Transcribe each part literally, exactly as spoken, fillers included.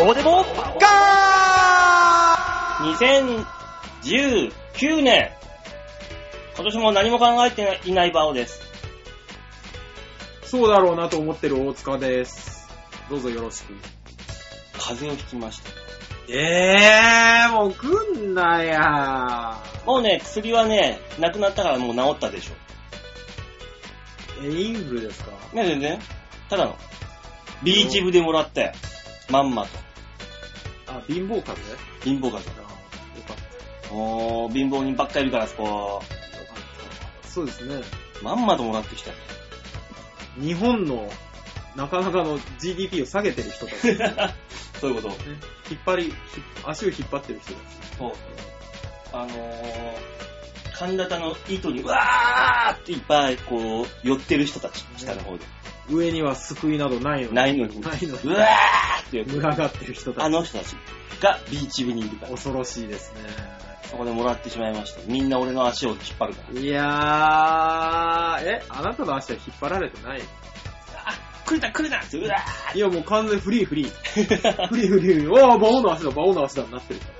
こうでもガーにせんじゅうきゅうねん、今年も何も考えていないバオです。 そうだろうなと思ってる大塚です。どうぞよろしく。 風邪をひきました。 えー、もう来んなや。 もうね、薬はね、なくなったからもう治ったでしょ。 え、インフルですか？ ね、全然。ただの。ビーチ部でもらったよ。まんまと。 あ、貧乏風邪？ 貧乏風邪。 あ、よかった。 おー、貧乏人ばっかりいるから、そこ。 よかった。そうですね。 まんまともらってきたよ。 日本のなかなかの ジーディーピー を下げてる人たち。 そういうこと。 ね、引っ張り、足を引っ張ってる人たち。 そう。あのー、神田の糸にわーっていっぱいこう、寄ってる人たち、下の方で。 上には救いなどないのに。 ないのに。 ないのに。 うわーって寄ってる。 群がってる人たち。 あの人たちがビーチ部にいるから。 恐ろしいですね。 そこでもらってしまいました。みんな俺の足を引っ張るから。 いやー、え、あなたの足は引っ張られてない？ あ、来るな来るなって、うわー。 いやもう完全フリーフリー。フリーフリー。おー、バオの足だ、バオの足だになってるから。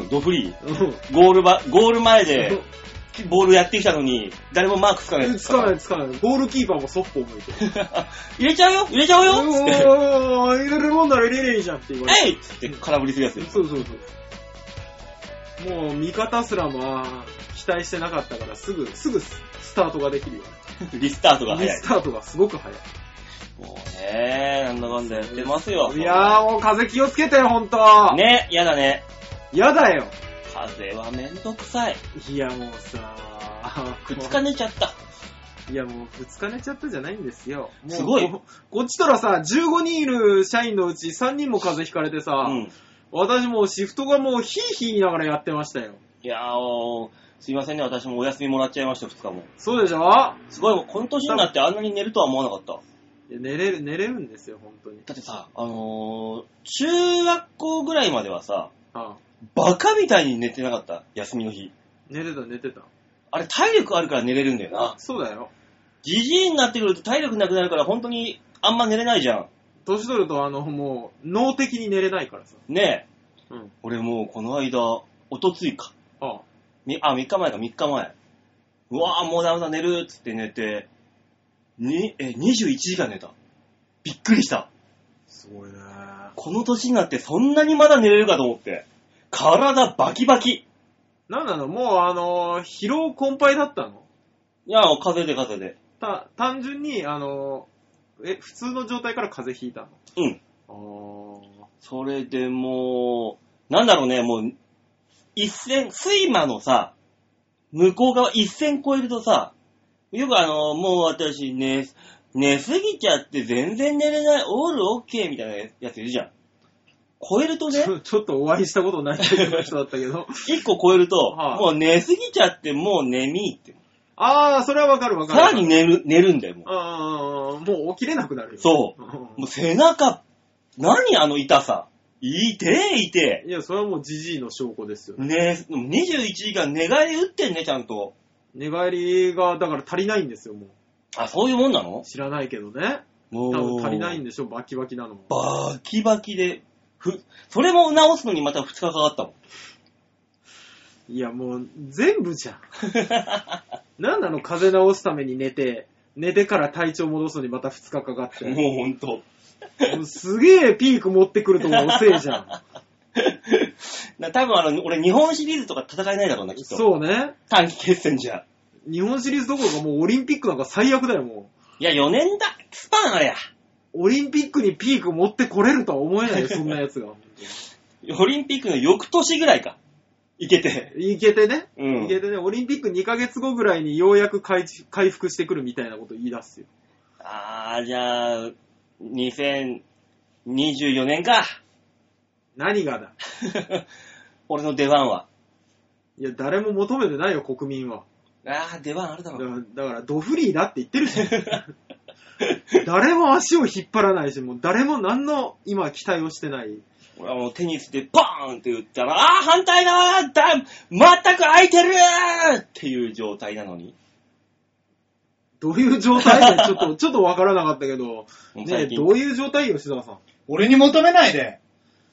ドフリー。 うん。 ゴールば、ゴール前で、ボールやってきたのに、誰もマークつかない。 つかない、つかない。ゴールキーパーもそっぽ向いてる。 入れちゃうよ入れちゃうよおー、入れるもんなら入れれいじゃんって言われて。 えいっつって空振りするやつよ。 そうそうそう。もう味方すらまあ、期待してなかったから、すぐ、すぐスタートができるよ。 リスタートが早い。 リスタートがすごく早い。 もうねー、なんだかんだやってますよ。 いやーもう風邪気をつけてよ、ほんと。 ね、やだね。 やだよ。 風邪はめんどくさい。 いやもうさ、 二日寝ちゃった。 いやもう二日寝ちゃったじゃないんですよ。もうすごい。 こ, こっちとらさ、じゅうごにんいる社員のうちさんにんも風邪ひかれてさ、うん、私もうシフトがもうヒーヒー言いながらやってましたよ。 いやー、すいませんね、私もお休みもらっちゃいました、二日も。 そうでしょ？ すごい、この年になってあんなに寝るとは思わなかった。 いや寝れる、寝れるんですよ、本当に。 だってさ、あのー、中学校ぐらいまではさ、 ああ、 バカみたいに寝てなかった、休みの日。 寝てた、寝てた。 あれ、体力あるから寝れるんだよな。 そうだよ。 じじいになってくると体力なくなるから本当にあんま寝れないじゃん。 年取ると、あの、もう、脳的に寝れないからさ。 ねえ。 うん。 俺もうこの間、おとついか。 ああ。 み、あ、みっかまえか、みっかまえ。うわぁ、もうダメだ、寝るっつって寝て、に、え、にじゅういちじかん寝た。びっくりした。 すごいね。 この年になってそんなにまだ寝れるかと思って。体バキバキ。 なんなの？もうあのー、疲労困憊だったの？ いや、風邪で風邪で。 た、単純に、あのー、え、普通の状態から風邪ひいたの？ うん。 ああ。 それでもう、なんだろうね、もう、一線、睡魔のさ、向こう側一線超えるとさ、よくあの、もう私寝、寝すぎちゃって全然寝れない、オールオッケーみたいなやついるじゃん。超えるとね、 ちょ、ちょっとお会いしたことない人だったけど。 一個超えると、 はあ、 もう寝すぎちゃってもう眠いって。 ああ、それはわかるわかる。 さらに寝る、寝るんだよ、もう。 ああ、もう起きれなくなるよ。 そう。もう背中、何あの痛さ。痛え、痛え。 いや、それはもうジジイの証拠ですよね。 ねえ、にじゅういちじかん寝返り打ってんね、ちゃんと。 寝返りが、だから足りないんですよ、もう。 あ、そういうもんなの？ 知らないけどね。 もう。 多分足りないんでしょ、バキバキなのも。 バキバキで、ふ、それも直すのにまたふつかかかったもん。 いや、もう、全部じゃん。なんなの、風邪治すために寝て、寝てから体調戻すのにまたふつかかかって。 もうほんと。 もうすげえピーク持ってくるとも遅えじゃん。 多分あの、俺日本シリーズとか戦えないだろうな、きっと。 そうね。 短期決戦じゃ。 日本シリーズどころかもうオリンピックなんか最悪だよ、もう。いや、よねんだ。スパンあれや。 オリンピックにピーク持ってこれるとは思えないよ、そんなやつが。 オリンピックの翌年ぐらいか。いけて。 いけてね。 うん。 いけてね。オリンピックにかげつごぐらいにようやく回回復してくるみたいなこと言い出すよ。 あー、じゃあ、にせんにじゅうよねんか。 何がだ俺の出番は。 いや、誰も求めてないよ、国民は。 あー、出番あるだろう。 だから、だからドフリーだって言ってるじゃん。誰も足を引っ張らないし、もう誰も何の今期待をしてない。 俺はもうテニスでパーンって打ったら、あー、反対側だ全く空いてるっていう状態なのに。 どういう状態でちょっと、ちょっとわからなかったけど、ねえ、どういう状態よ、吉沢さん。 俺に求めないで。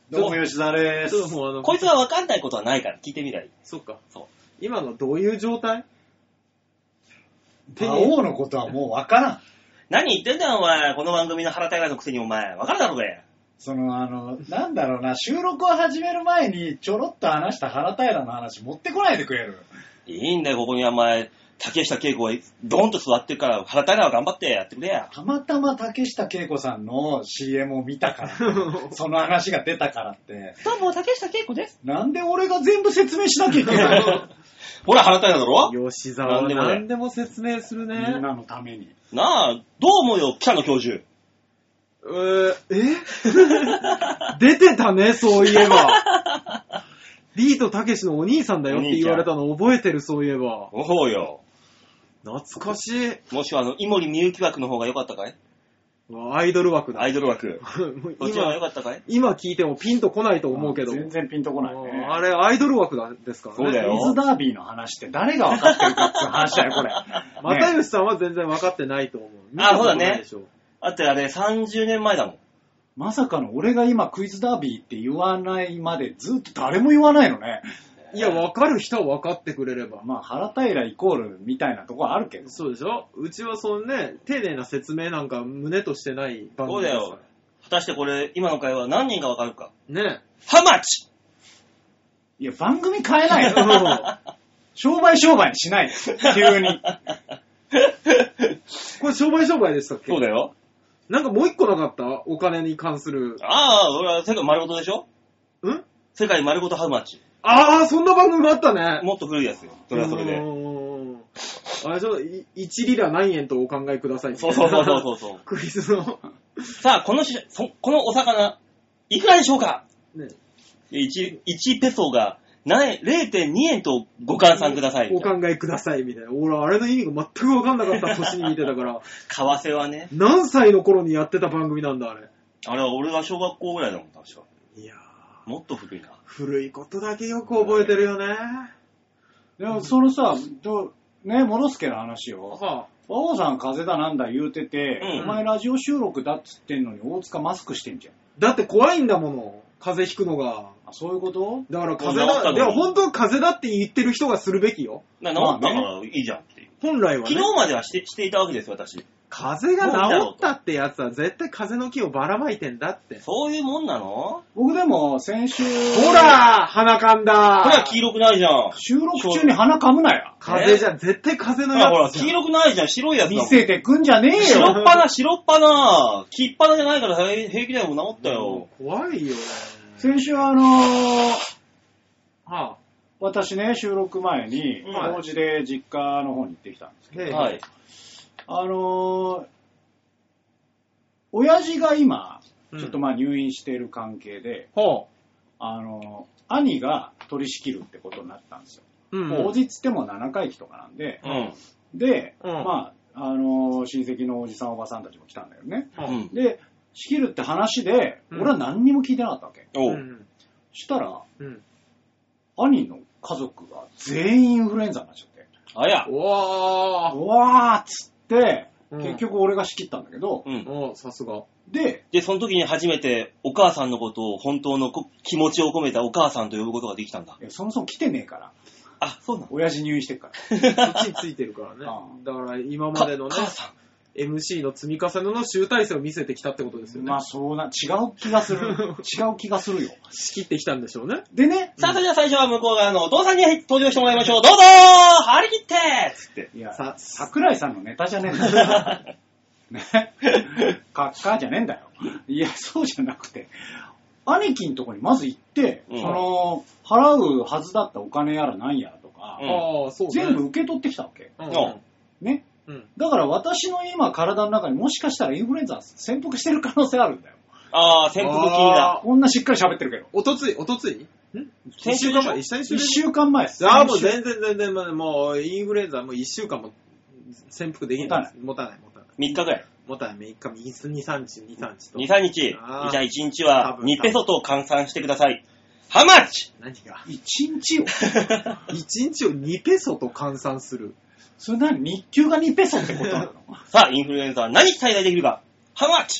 どうも吉沢でーす。 ちょっともうあの、 こいつは分かんないことはないから聞いてみたい。 そっか。 そう。 今のどういう状態？ 馬王のことはもうわからん。 何言ってんだよ、お前。この番組の腹平のくせにお前。分かるだろうが。 そのあの、なんだろうな、収録を始める前にちょろっと話した原平の話持ってこないでくれる。 いいんだよ、ここにはお前、竹下恵子がドンと座ってるから、腹平は頑張ってやってくれや。 たまたま竹下恵子さんの シーエム を見たから、その話が出たからって。 どうも、竹下恵子です。 なんで俺が全部説明しなきゃいけないのほら、腹平だろ？ 吉沢は何でも説明するね。 みんなのために。 なあ、どう思うよ、北野教授。 えー、え出てたね、そういえば。ビートたけしのお兄さんだよって言われたの覚えてる、そういえば。 おうよ。 懐かしい。 もしくは、あの、井森美幸枠の方が良かったかい？ アイドル枠だ。 アイドル枠。こっちの方が良今、 かったかい？ 今聞いてもピンとこないと思うけど。 全然ピンとこないね。 あれ、アイドル枠だですからね。 そうだよ水ダービーの話って誰が分かってるかっていう話だよ、これ。 又吉さんは全然分かってないと思う。 あそうだね見たことないでしょ。 だってあれ、さんじゅうねんまえだもん。 まさかの俺が今クイズダービーって言わないまでずっと誰も言わないのね。 いや、分かる人は分かってくれれば。 まあ原平イコールみたいなところあるけど。 そうでしょ？うちはそのね、丁寧な説明なんか胸としてない番そうだ組ですから。 よ。果たしてこれ、今の会話何人がわかるか。 ね。 ハマチいや、番組変えないよ。商売商売にしないよ。急に。 これ商売商売でしたっけ？ そうだよ。 なんかもう一個なかった？お金に関する。 ああ、俺は世界丸ごとでしょ？ ん？ 世界丸ごとハウマッチ。 ああ、そんな番組もあったね。 もっと古いやつよ。それはそれうで。 ーんあれちょっと、いちリラ何円とお考えくださいみたいうな。 そそうそうそうそう。 クイズの。 さあ、このしそこのお魚、いくらでしょうか？ ね。 いち、いちペソが何 れいてんに 円とご換算ください。 お考えくださいみたいな。俺、あれの意味が全く分かんなかった年に見てたから。 為替はね。 何歳の頃にやってた番組なんだ、あれ。 あれは俺が小学校ぐらいだもん、確か。 いやー、 もっと古いな。 古いことだけよく覚えてるよね。 でもそのさ、どね、戻すけの話よ。 は馬王さん風邪だなんだ言うてて、 うんお前ラジオ収録だっつってんのに大塚マスクしてんじゃん。 だって怖いんだもの。風邪ひくのが。 あ、そういうこと？ だから風邪だ。 もう治ったのにいや、本当は風邪だって言ってる人がするべきよ。 な治ったからいいじゃんっていう。 本来はね。 昨日まではしてしていたわけですよ、私。 風邪が治ったってやつは絶対風の気をばらまいてんだって。 そういうもんなの？ 僕でも先週、 ほら鼻かんだこれは黄色くないじゃん。 収録中に鼻かむなよ。 風邪じゃん、絶対風のほらほら、 やつじゃん。 黄色くないじゃん。白いやつだもん。 見せてくんじゃねえよ。 白っ鼻、白っ鼻。黄っ鼻じゃないから平平気だよ、もう治ったよ。 怖いよね。 先週あのー、 は私ね、収録前に、 はい法事で実家の方に行ってきたんですけど、 あ、 はい。 あのー、親父が今、 うんちょっとまあ入院している関係で、 ほあのー、兄が取り仕切るってことになったんですよ。 う。うん。 法事っつってもななかい忌とかなんで、 うん。 で、 うんまあ、あのー、親戚のおじさんおばさんたちも来たんだよね。 う。 うんん。 で、仕切るって話で、 うん俺は何にも聞いてなかったわけ。 おう。 うん。 したら、 うん。 兄の家族が全員インフルエンザになっちゃって、 あや。 うわうわーっつって、 うん結局俺が仕切ったんだけど、 うんー。。おさすが。 で、 で、その時に初めてお母さんのことを本当のこ気持ちを込めたお母さんと呼ぶことができたんだ。 えそもそも来てねえから、 あ、そうなの？ 親父入院してっかそっちについてるからねあ。 だから今まかでのね、 母さん。 エムシー の積み重ねの集大成を見せてきたってことですよら。 ね。 まあそうな、違う気がする。違う気がするよ。 仕切ってきたんでしょうね。 でね、 さあ、それでは最初は向こう側のお父さんに登場してもらいましょう。どうぞー張り切ってつって。 いや、 さ桜井さんのネタじゃねえんだよ。ね。カッカーじゃねえんだよ。いや、そうじゃなくて、兄貴のとこにまず行って、 うんその、払うはずだったお金やら何やらとか、 うんああ、そうね。 全部受け取ってきたわけ。 うん。 うんね。 うん。 だから私の今体の中にもしかしたらインフルエンザ潜伏してる可能性あるんだよ。 あー、潜伏菌だ。 こんなしっかり喋ってるけど。 おとつい、おとついん先週でしょ一緒にする一週間前です。 ああ、もう先週全然全然、もうもうインフルエンザもう一週間も潜伏できないです。持たない、持たない。 みっかぐらい。 持たない、みっか、に、さんにち、に、さんにちと。 に、さんにち。じあーゃあいちにちは多分にペソと換算してください。ハマッチ何が一日を。 いちにちをにペソと換算する。 それ何日給がにペソってことなの？ さあ、インフルエンザは何に最大できるかハマッチ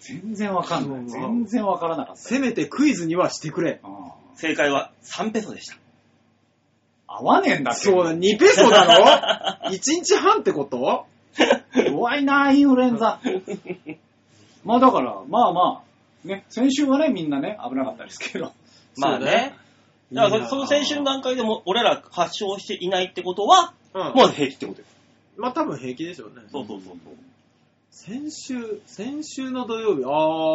全然わかんない。 そう全然わからなかった。 せめてクイズにはしてくれ。 ああ正解はさんペソでした。 合わねえんだって。 そうだ、にペソだろ ?いち 日半ってこと？ 弱いな、インフルエンザ。まあだから、まあまあ、ね、先週はね、みんなね、危なかったですけど。 まあね。だからその先週の段階でも俺ら発症していないってことは、 うん、 もう平気ってことです。 まあ多分平気でしょうね。 そうそうそうそう。 先週、先週の土曜日、あ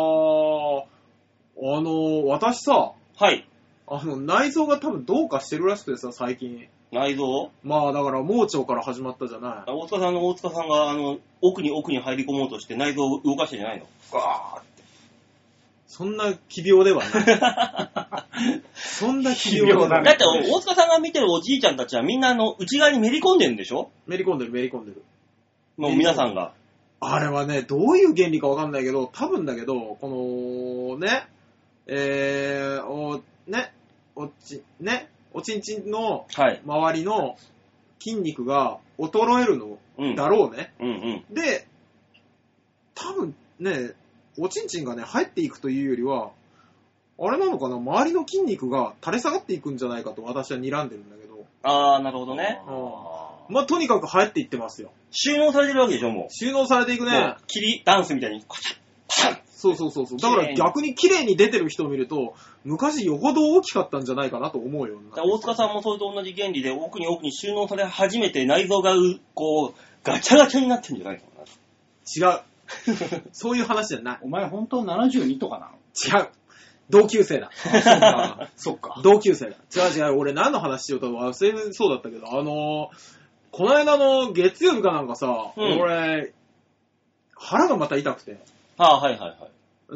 ー、あの、私さ、 はい。 あの、内臓が多分どうかしてるらしくてさ、最近。 内臓？ まあだから盲腸から始まったじゃない。 大塚さんの大塚さんが、あの、奥に奥に入り込もうとして内臓を動かしてんじゃないの？ガーって。 そんな奇病ではない。そんな奇病ではない。 だって大塚さんが見てるおじいちゃんたちはみんなあの、内側にめり込んでるんでしょ？ めり込んでる、めり込んでる。 もう皆さんが。 あれはね、どういう原理かわかんないけど、多分だけど、この、ね、えー、お、ね、おち、ね、おちんちんの周りの筋肉が衰えるのだろうね。 うんうんうん、 で、多分ね、おちんちんがね、入っていくというよりは、あれなのかな、周りの筋肉が垂れ下がっていくんじゃないかと私は睨んでるんだけど。 あー、なるほどね。 まあ、とにかく入っていってますよ。 収納されてるわけでしょ、もう。 収納されていくね。 切りダンスみたいに、コチャッ、パン。 そうそうそうそう。だから逆に綺麗に出てる人を見ると、昔よほど大きかったんじゃないかなと思うようにな。 大塚さんもそれと同じ原理で、奥に奥に収納され始めて内臓がこう、ガチャガチャになってるんじゃないかな。違う。そういう話じゃない。 お前本当ななじゅうにとかなの？ 違う。同級生だ。 そっか。 同級生だ。違う違う。俺何の話しようと忘れそうだったけど、あのー、この間の月曜日かなんかさ、うん、俺、腹がまた痛くて。 ああ、はいはいはい。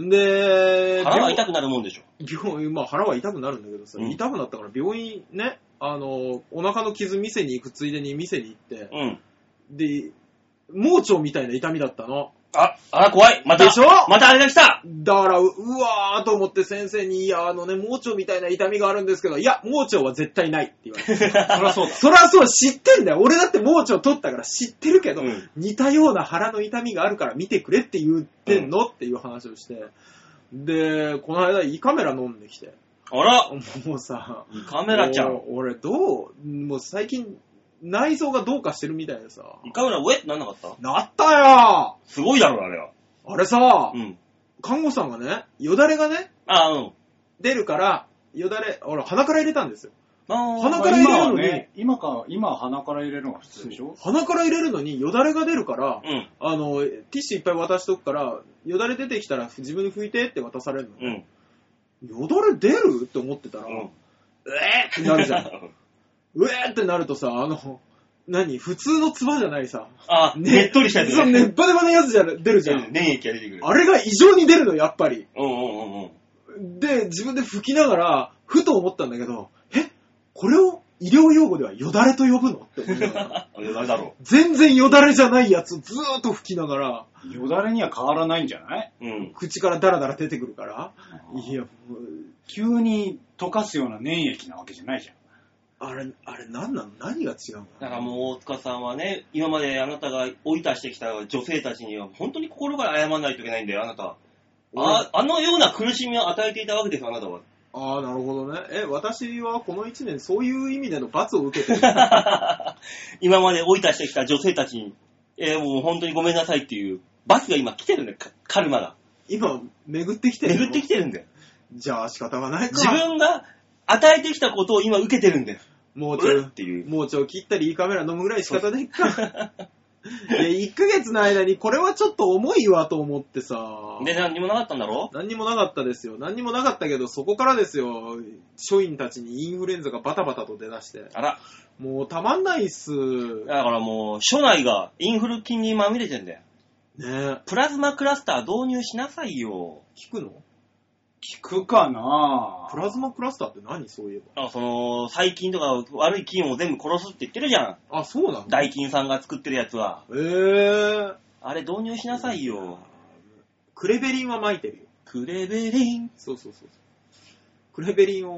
で、 腹は痛くなるもんでしょ。 病院、まあ腹は痛くなるんだけどさ、うん、痛くなったから病院ね、あの、お腹の傷店に行くついでに店に行って、 うん、 で、盲腸みたいな痛みだったの。 あ、あら怖い。また。 でしょ？ またあれが来た。 だから、う、うわーと思って先生に、いや、あのね、盲腸みたいな痛みがあるんですけど、いや、盲腸は絶対ないって言われて。そらそうだ。 そらそう、知ってんだよ。俺だって盲腸取ったから知ってるけど、 うん、 似たような腹の痛みがあるから見てくれって言ってんの、うん、っていう話をして。で、この間胃カメラ飲んできて。 あらもうさ、 胃カメラちゃん。 俺どうもう最近、内臓がどうかしてるみたいでさ。 胃カメラウェってなんなかった？ なったよすごいだろ、あれは。 あれさ、 うん、 看護師さんがね、よだれがね、 あ、うん、 出るから、よだれ、俺鼻から入れたんですよ。 あ鼻から入れるのに、 ね、今か、今は鼻から入れるのが普通でしょ？ 鼻から入れるのによだれが出るから、 うん、 あの、ティッシュいっぱい渡しとくから、よだれ出てきたら自分で拭いてって渡されるの。 うん、 よだれ出るって思ってたら、うん、うえーってなるじゃん。うえーってなるとさ、あの、何普通の唾じゃないさ。 あ、ね, ねっとりしたやつ、ね。 そう、ねっばねばのやつじゃ出るじゃん。 粘液が出てくる。 あれが異常に出るの、やっぱり。 うんうんうんうん。で、自分で拭きながら、ふと思ったんだけど、えこれを医療用語ではよだれと呼ぶのって思いながら。 よだれだろう。 全然よだれじゃないやつをずーっと拭きながら。 よだれには変わらないんじゃない？ うん。 口からダラダラ出てくるから。いや、もう急に溶かすような粘液なわけじゃないじゃん。 あれ、あれ何なの？何が違うの？ だからもう大塚さんはね、今まであなたが追い出してきた女性たちには本当に心から謝らないといけないんだよ、あなたは。あ, あのような苦しみを与えていたわけですよ、あなたは。 ああ、なるほどね。え、私はこの一年そういう意味での罰を受けてる。 今まで追い出してきた女性たちに、えー、もう本当にごめんなさいっていう罰が今来てるんだよ、カルマが。 今、巡ってきてるの？ 巡ってきてるんだよ。 じゃあ仕方がないか。 自分が与えてきたことを今受けてるんだよ。 もうちょい、 っていう。 もうちょい切ったり、胃カメラ飲むぐらい仕方ないか。いや、いっかげつの間にこれはちょっと重いわと思ってさ。 で、何にもなかったんだろ？ 何にもなかったですよ。何にもなかったけど、そこからですよ、署員たちにインフルエンザがバタバタと出だして。 あら。 もうたまんないっす。 だからもう、署内がインフル菌にまみれてんだよ。 ねえ。 プラズマクラスター導入しなさいよ。 効くの？ 効くかなぁ。 プラズマクラスターって何？そういえば。 あ、その、細菌とか悪い菌を全部殺すって言ってるじゃん。 あ、そうなの？ 大菌さんが作ってるやつは。 へー。 あれ導入しなさいよ。 クレベリンは撒いてるよ。 クレベリン。 そうそうそう。クレベリンを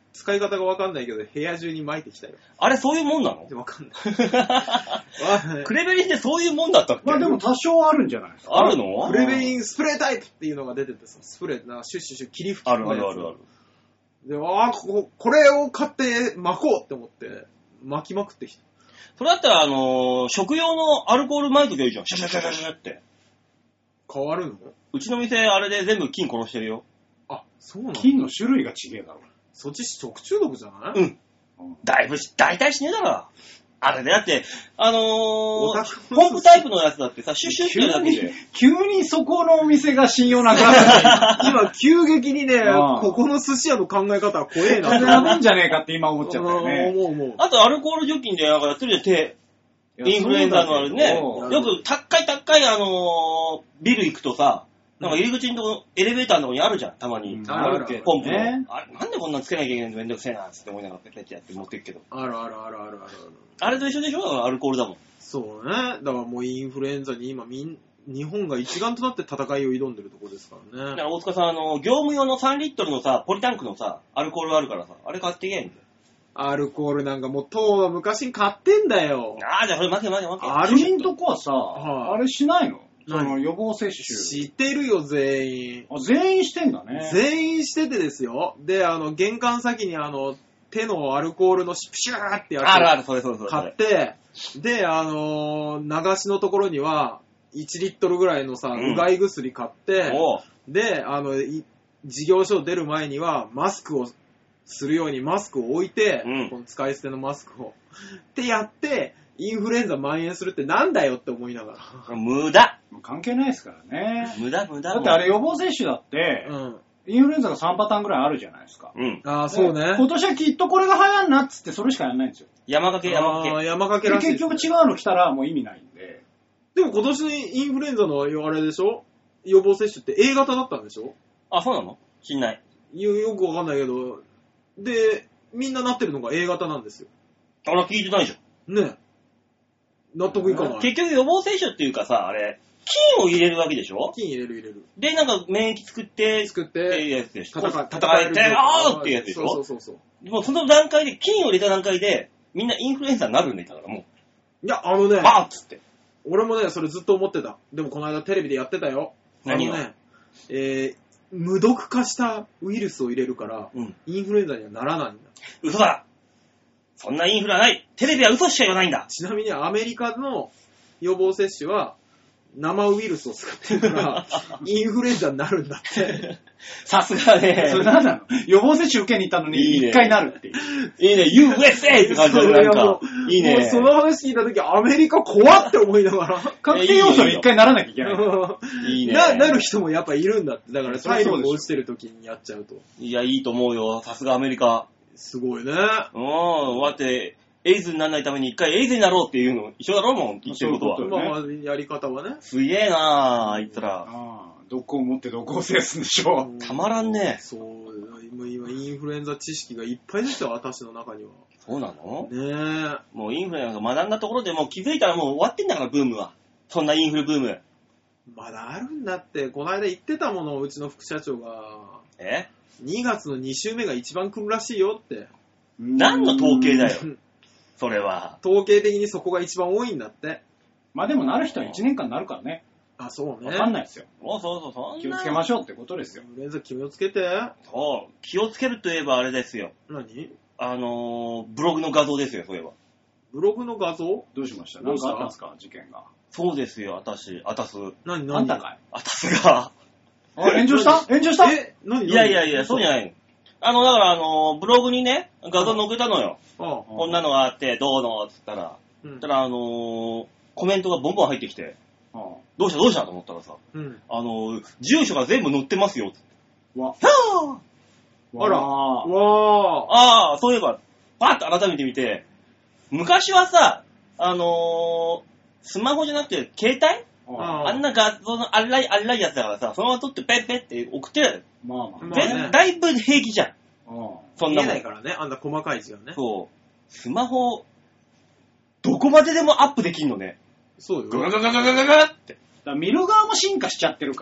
使い方がわかんないけど、部屋中に撒いてきたよ。 あれ、そういうもんなの？ わかんない。 クレベリンってそういうもんだったっけ？ まあでも多少あるんじゃないですか。 あるの？ クレベリンスプレータイプっていうのが出ててさ、スプレー、なシュッシュッシュ霧吹きあるあるあるある。 で、ああ、こ、これを買って巻こうって思って、巻きまくってきた。 それだったら、あのー、食用のアルコール撒いときゃいいじゃん。シャシャシャシャシャって。 変わるの？ うちの店、あれで全部菌殺してるよ。 あ、そうなの？ 菌の種類が違えだろ。 そっち食中毒じゃない？ うん。だいぶ、大体死ねえだろ。あれで、だって、あのー、ポンプタイプのやつだってさ、シュッシュッってやるだけで。 急にそこのお店が信用なくなった。 今、急激にね、ここの寿司屋の考え方は怖えな。 やべえんじゃねえかって今思っちゃったよね。 思う思う。 あと、アルコール除菌でなんかやってるじゃん、手。インフルエンザのあれね。よく、高い高い、あのー、ビル行くとさ、なんか入り口のとこ、エレベーターのとこにあるじゃん、たまに。 うん、あるある。 ポンプの。 ね、 あれ、なんでこんなのつけなきゃいけないのめんどくせえな、つって思いながらペペってやって持っていくけど。 あるあるあるあるある。 あれと一緒でしょ？だからアルコールだもん。 そうね。だからもうインフルエンザに今みん、日本が一丸となって戦いを挑んでるところですからね。 だから大塚さん、あの、業務用のさんリットルのさ、ポリタンクのさ、アルコールあるからさ、あれ買っていけんだよ。 アルコールなんかもう、とう昔に買ってんだよ。 ああ、じゃあそれ待て待て待て。 ある君んとこはさ、 はい、 あれしないの？その予防接種。 知ってるよ、全員。 あ、全員してんだね。 全員しててですよ。で、あの、玄関先にあの、手のアルコールのシュシューってやつあるある、それそれそれ。 買って、で、あのー、流しのところには、いちリットルぐらいのさ、うがい薬買って、うん、で、あの、事業所出る前には、マスクをするようにマスクを置いて、うん、この使い捨てのマスクを。ってやって、インフルエンザ蔓延するってなんだよって思いながら。 無駄。 関係ないですからね。 無駄無駄。 だってあれ予防接種だって、うん、インフルエンザがさんパターンぐらいあるじゃないですか。 うん。 ああ、そうね。 今年はきっとこれが流行んなっつってそれしかやんないんですよ。 山かけ山かけ。 ああ、山かけらしい、 ね。結局違うの来たらもう意味ないんで。 でも今年のインフルエンザのあれでしょ？予防接種って A 型だったんでしょ？ あ、そうなの？知んない。 よ、よくわかんないけど、で、みんななってるのが A 型なんですよ。 あら、聞いてないじゃん。 ねえ。納得いかない。 結局予防接種っていうかさ、あれ、菌を入れるわけでしょ？ 菌入れる入れる。 で、なんか免疫作って、 作って、 っていうやつでしょ？ 戦えて、あーっていうやつでしょ？ そうそうそうそう。 もうその段階で、菌を入れた段階で、みんなインフルエンザになるんだから、もう。いや、あのね、 バーッつって。 俺もね、それずっと思ってた。でもこの間テレビでやってたよ。 何を？ あのね、えー、無毒化したウイルスを入れるから、うん、インフルエンザにはならないんだ。 嘘だ！そんなインフルはない！テレビは嘘しか言わないんだ！ ちなみにアメリカの予防接種は、生ウイルスを使ってるから、インフルエンザになるんだって。 さすがね。 それなんなの？予防接種受けに行ったのに一回なるっていう。 いいね。ユーエスエー って感じだね。なんか。いいね。 もうその話聞いたとき、アメリカ怖って思いながら。 確定要素で一回ならなきゃいけない。 いいね。 な、なる人もやっぱいるんだって。だから体力が落ちてるときにやっちゃうと。 いや、いいと思うよ。さすがアメリカ。 すごいね。 うん。だって、エイズにならないために一回エイズになろうっていうの一緒だろうもん、言ってることは。 そういうことね、まあまあ、やり方はね。 すげえなぁ、あいつら。 ああ、毒を持って毒を制すんでしょう。たまらんね。 そう、今、今インフルエンザ知識がいっぱいですよ、私の中には。 そうなの？ ねえ。 もうインフルエンザ学んだところでもう気づいたらもう終わってんだから、ブームは。そんなインフルブーム。 まだあるんだって、この間言ってたもの、うちの副社長が。 え？ に 月のに週目が一番来るらしいよって。 何の統計だよ。それは。 統計的にそこが一番多いんだって。 まあでもなる人はいちねんかんなるからね。 あ、そうね。 わかんないですよ。 そうそうそう、そんな。 気をつけましょうってことですよ。 インフルエンザ気をつけて。 そう。気をつけるといえばあれですよ。 何？ あのー、ブログの画像ですよ、そういえば。 ブログの画像？ どうしました？何かあったんですか？事件が。 そうですよ、あたし、あたす。 何何？ あんたかい？ あたすが。 あ、炎上した炎上した？ え？何？ いやいやいや、そうじゃないの。あの、だからあのー、ブログにね、画像載っけたのよ。 ああこんなのがあって、どうのっつったら。うん、たらあのー、コメントがボンボン入ってきて。ああどうしたどうしたと思ったらさ。うん、あのー、住所が全部載ってますよ。わ。はぁあら。 わーああ、そういえば、パッと改めて見て、昔はさ、あのー、スマホじゃなくて、携帯あ, あんな画像のあらいあらいやつだからさ、そのまま撮ってペッペッって送ってる。まあまあ、まあね、だいぶ平気じゃん。ああそんなもん。見えないからね、あんな細かい字がね。 そう。スマホ、どこまででもアップできんのね。 そうよ。 ガガガガガガガガって。 だ見る側も進化しちゃってるから。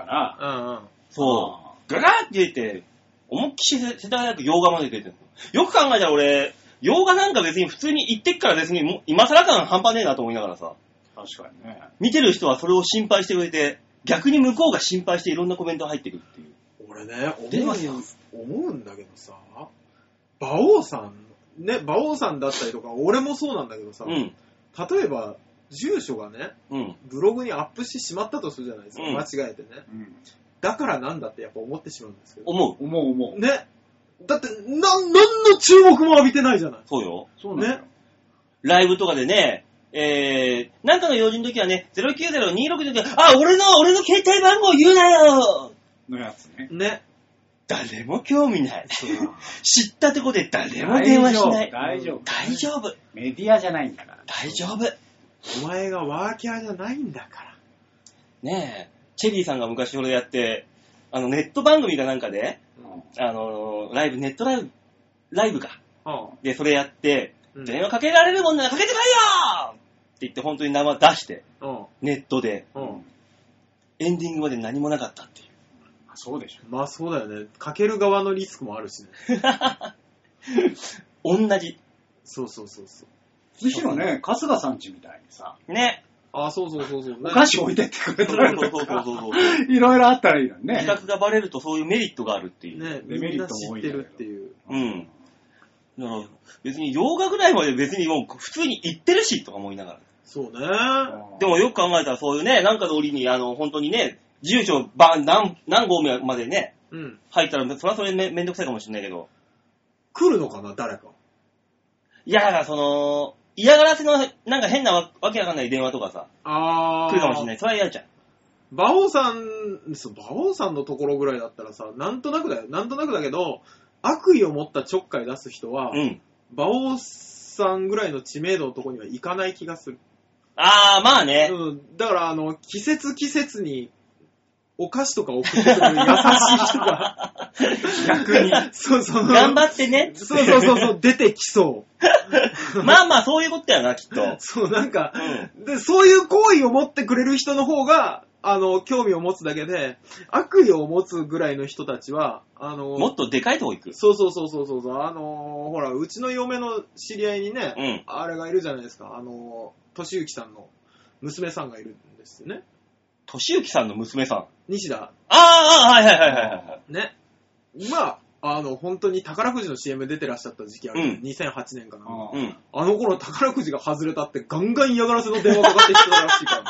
うんうん。そう。ガガって言って、思いっきし世田谷区洋画まで出てるの。 よく考えたら俺、洋画なんか別に普通に行ってっから別にも今更感半端ねえなと思いながらさ。 確かにね。 見てる人はそれを心配してくれて、逆に向こうが心配していろんなコメントが入ってくるっていう。 俺ね、思う、思うんだけどさ、馬王さん、ね、馬王さんだったりとか、俺もそうなんだけどさ、 うん、 例えば、住所がね、うん、ブログにアップしてしまったとするじゃないですか、うん、間違えてね、うん。だからなんだってやっぱ思ってしまうんですけど。 思う。 思う思う。 ね。だって、な、なんの注目も浴びてないじゃない。 そうよ。 そうね。 ライブとかでね、えー、なんかの用事の時はね、ゼロきゅうゼロにーろくの時は、あ、俺の、俺の携帯番号言うなよのやつね。 ね。 誰も興味ない。知ったとこで誰も電話しない。 大丈夫。 大丈夫。 メディアじゃないんだから。 大丈夫。 お前がワーキャーじゃないんだから。 ねえ、チェリーさんが昔それやって、あの、ネット番組かなんかで、うん、あの、ライブ、ネットライブ、ライブか。うん、で、それやって、うん、電話かけられるもんならかけてこいよって言って本当に生出して、うん、ネットで、うん、エンディングまで何もなかったっていう。 そうでしょ。 まあそうだよね。かける側のリスクもあるしね。 同じ。 そうそうそうそう。 むしろね、春日さんちみたいにさ。 ね。 あ、そうそうそうそう、ね。 お菓子置いてってくれたりとか。いろいろあったらいいのね。 自宅がバレるとそういうメリットがあるっていう。 ね、デメリットも多い。知ってるっていう。 うん。だから別に洋画ぐらいまで別にもう普通に行ってるしとか思いながら。 そうね。 でもよく考えたらそういうね、なんかの折にあの、本当にね、住所ば何、何号目までね、うん、入ったら、それはそれめめんどくさいかもしれないけど。 来るのかな、誰か。 いや、だからその、嫌がらせの、なんか変なわ、わけわかんない電話とかさ、 あ来るかもしれない。それは嫌じゃん。 馬王さん、そう、馬王さんのところぐらいだったらさ、なんとなくだよ、なんとなくだけど、悪意を持ったちょっかい出す人は、うん、馬王さんぐらいの知名度のところには行かない気がする。 あー、まあね。 うん、だから、あの、季節季節に、お菓子とか送ってくれる優しい人が逆にそうそう頑張ってねそうそうそうそう出てきそうまあまあそういうことやなきっとそうなんか、うん、でそういう行為を持ってくれる人の方があの興味を持つだけで悪意を持つぐらいの人たちはあのもっとでかいとこ行くそうそうそうそうそうあのほらうちの嫁の知り合いにね、うん、あれがいるじゃないですかあの俊之さんの娘さんがいるんですよね俊之さんの娘さん西田。 ああ、はいはいはいはい。 ね。まあ、あの、本当に宝くじの シーエム 出てらっしゃった時期ある、うん、にせんはちねんかな、うん。あの頃宝くじが外れたってガンガン嫌がらせの電話かかってきてたらしいから。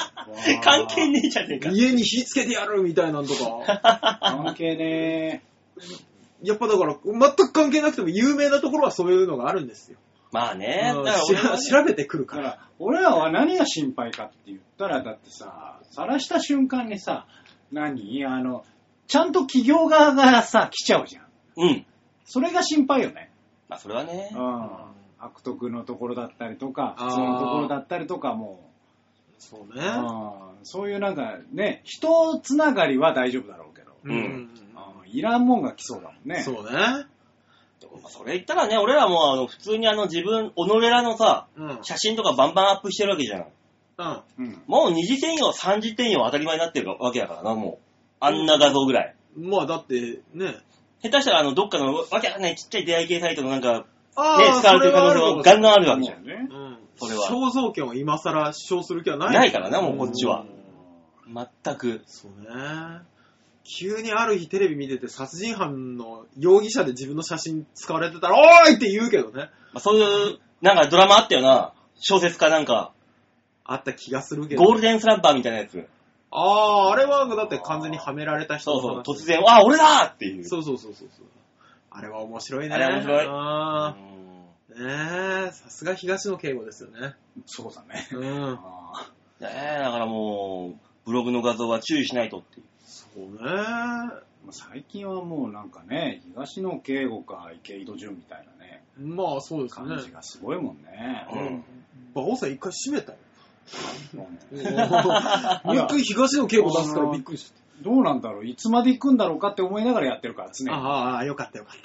関係ねえじゃねえか。 家に火つけてやるみたいなんとか。 関係ねえ。やっぱだから全く関係なくても有名なところはそういうのがあるんですよ。 まあね。 だから俺は調べてくるから。 だから俺らは何が心配かって言ったらだってさ、晒した瞬間にさ、何あの、ちゃんと企業側がさ、来ちゃうじゃん。 うん。 それが心配よね。 まあ、それはね。 うん。悪徳のところだったりとか、普通のところだったりとかも。 そうね。 そういうなんかね、人つながりは大丈夫だろうけど。うん。うん、いらんもんが来そうだもんね。 そうね。 でもそれ言ったらね、俺らもあの普通にあの自分、己らのさ、うん、写真とかバンバンアップしてるわけじゃん。うん、もう二次専用、三次専用当たり前になってるわけだからな、もう。あんな画像ぐらい。 まあだってね。 下手したらあの、どっかのわけわかんないちっちゃい出会い系サイトのなんか、ね、使われてる可能性がガンガンあるわけじゃん。ね、うん。 それは。肖像権を今更主張する気はない。 ないからな、もうこっちは。全く。 そうね。急にある日テレビ見てて殺人犯の容疑者で自分の写真使われてたら、おーいって言うけどね。 まあ、そういう、なんかドラマあったよな。小説かなんか。 あった気がするけど。 ゴールデンスラッバーみたいなやつ。 ああ、あれはだって完全にはめられた人の話。そうそう、突然、あ、俺だっていう。 そうそうそうそう。あれは面白いね。 あれは面白い。 あねえ、さすが東野圭吾ですよね。 そうだね。 うん。 ねえ、だからもう、ブログの画像は注意しないとっていう。 そうね。 最近はもうなんかね、東野圭吾か池井戸潤みたいなね。 まあそうですね。 感じがすごいもんね。 うん。馬王さん一回閉めたよ。もう一回東野圭吾出すからびっくりした。 どうなんだろういつまで行くんだろうかって思いながらやってるから常に。 ああ、よかったよかった。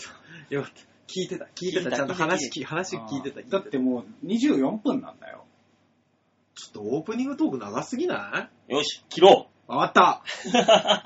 よかった。聞いてた、聞いてた。ちゃんと話聞話聞いてた。 だってもうにじゅうよんぷんなんだよ。 ちょっとオープニングトーク長すぎない？ よし、切ろう。わかった。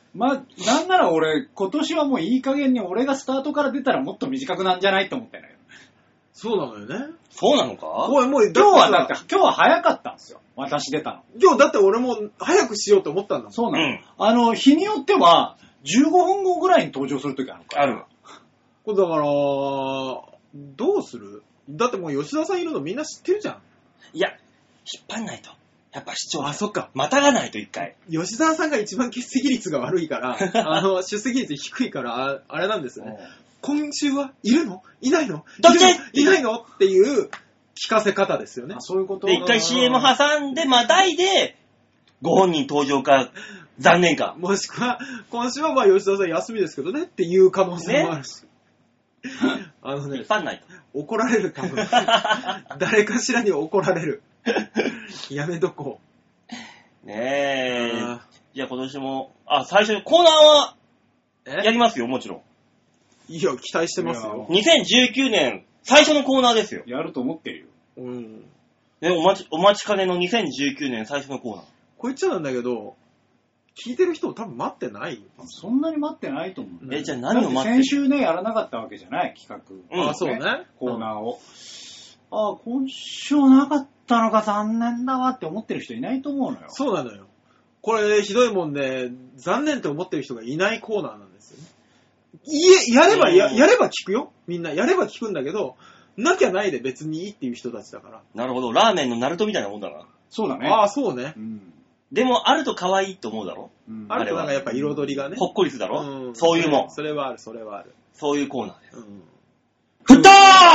まあ、なんなら俺、今年はもういい加減に俺がスタートから出たらもっと短くなんじゃないと思ってんだよ。 そうなのよね。 そうなのか？ おい、もう、 今日はだって、今日は早かったんですよ。私出たの。 今日だって俺も早くしようと思ったんだもん。 そうなの。 うん、 あの、日によっては、じゅうごふんごぐらいに登場するときあるから。 ある。 これだから、どうする？だってもう吉田さんいるのみんな知ってるじゃん。 いや、引っ張んないと。やっぱ視聴者。 あ、そっか。 またがないと一回。 吉沢さんが一番欠席率が悪いから、あの、出席率低いから、ああれなんですよね。今週はいるの？いないの？ どっち？ いないの？っていう聞かせ方ですよね。 そういうこと。 で、一回 シーエム 挟んで、またいで、ご本人登場か、残念か。 もしくは、今週はまあ吉田さん休みですけどねっていう可能性もあるし。ね、あのね、 引っ張んないと。 怒られる多分。誰かしらに怒られる。やめとこう。ねえ。じゃあ今年も、あ、最初にコーナーは、やりますよ、もちろん。 いや、期待してますよ。 にせんじゅうきゅうねん、最初のコーナーですよ。 やると思ってるよ。 うん。 ね、お待ち、お待ちかねのにせんじゅうきゅうねん最初のコーナー。 こいつなんだけど、聞いてる人多分待ってない。 そんなに待ってないと思う。 え、じゃあ何を待ってる？ 先週ね、やらなかったわけじゃない企画。 うん、 あ、そうね。 コーナーを。うん、あ、今週なかったのか残念だわって思ってる人いないと思うのよ。 そうなのよ。これひどいもんで、残念って思ってる人がいないコーナーなんですよね。いえ、やればや、やれば聞くよ。みんなやれば聞くんだけど、なきゃないで別にいいっていう人たちだから。 なるほど。ラーメンのナルトみたいなもんだな。 そうだね。 ああ、そうね。 うん、 でも、あると可愛いと思うだろ、 うん、あるとなんかやっぱ彩りがね。 ほっこりするだろ、 うん、 そういうもん。 それはある、それはある。 そういうコーナーです。うん、 フット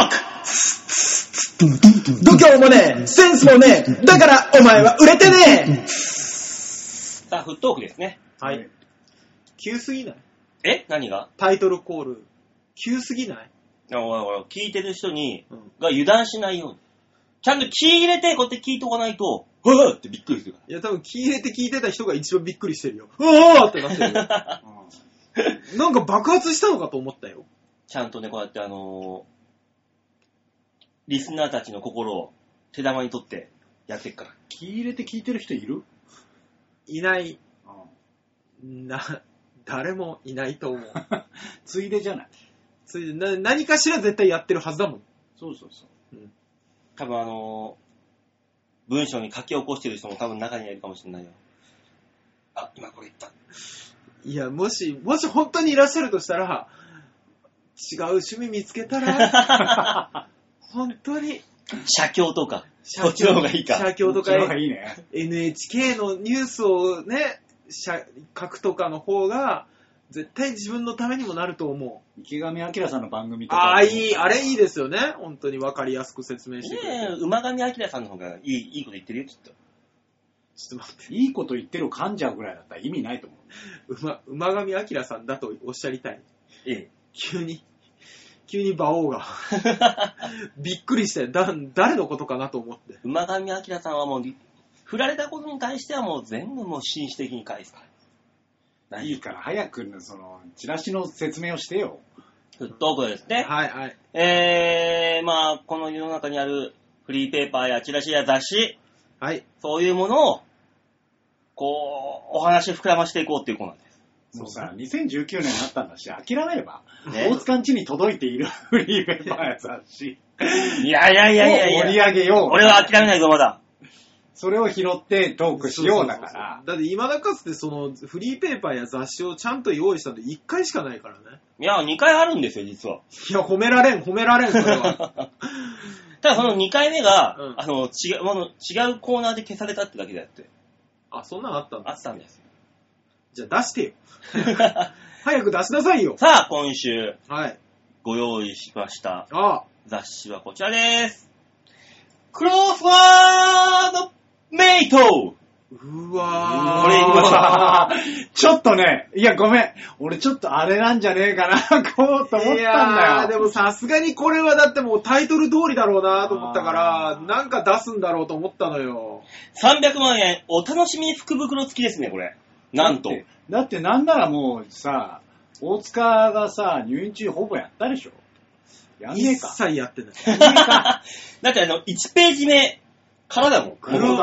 ーク度胸もねえ、センスもねえ、だからお前は売れてねえ。 さあ、フットークですね。 はい。急すぎない？ え？何が？ タイトルコール。急すぎない？ 聞いてる人に、うん、が油断しないように。ちゃんと気入れて、こうやって聞いておかないと、うわーってびっくりするから。 いや、多分気入れて聞いてた人が一番びっくりしてるよ。うわーってなってるよ。なんか爆発したのかと思ったよ。 ちゃんとね、こうやってあのー、リスナーたちの心を手玉に取ってやってっから。 気入れて聞いてる人いる？ いない。な、誰もいないと思う。 ついでじゃない。 ついでな、何かしら絶対やってるはずだもん。 そうそうそう。 うん、多分あのー、文章に書き起こしてる人も多分中にはいるかもしれないよ。あ、今これ言った。 いや、もし、もし本当にいらっしゃるとしたら、違う趣味見つけたら、本当に。 写経とか。そっちの方がいいか。 写経とか、 そっちの方がいいね。 エヌエイチケー のニュースをね、書くとかの方が、絶対自分のためにもなると思う。 池上彰さんの番組とか。 ああ、いい、あれいいですよね。本当に分かりやすく説明してくれて。 ねえ、馬上彰さんの方がいい、いいこと言ってるよ、きっと。 ちょっと待って。 いいこと言ってるを噛んじゃうぐらいだったら意味ないと思う。馬、馬上彰さんだとおっしゃりたい。 ええ。 急に、急に馬王が。びっくりして、だ、誰のことかなと思って。 馬上彰さんはもう、振られたことに対してはもう全部もう紳士的に返すから。 いいから早くそのチラシの説明をしてよ。 フットークですね。 はいはい。 えー、まあこの世の中にあるフリーペーパーやチラシや雑誌、 はい、 そういうものをこうお話膨らましていこうっていうコーナーです。 そうさ、にせんじゅうきゅうねんになったんだし諦めれば、ね、大塚ん家に届いているフリーペーパーや雑誌。 いやいやいやいやいや。 盛り上げよう。 俺は諦めないぞまだ。 それを拾ってトークしようだから。そうそうそうそう。 だって今だかつてそのフリーペーパーや雑誌をちゃんと用意したのいっかいしかないからね。 いや、にかいあるんですよ、実は。 いや、褒められん、褒められん、それは。 ただそのにかいめが、 うん、 あの違う、あの、違うコーナーで消されたってだけであって。 あ、そんなのあったんだ。 あったんですよ。 じゃあ出してよ。早く出しなさいよ。 さあ、今週、 はい、 ご用意しましたああ雑誌はこちらです。クロスワードメイト。 うわー。 これ言いました。 ちょっとね、いやごめん。俺ちょっとあれなんじゃねえかな、こうと思ったんだよ。いやー、でもさすがにこれはだってもうタイトル通りだろうなと思ったから、なんか出すんだろうと思ったのよ。 さんびゃくまんえんお楽しみ福袋付きですね、これ。なんと。 だって、だってなんならもうさ、大塚がさ、入院中ほぼやったでしょ。やんねえか。 一切やってない。 だってあの、いちページ目からだもん。 黒、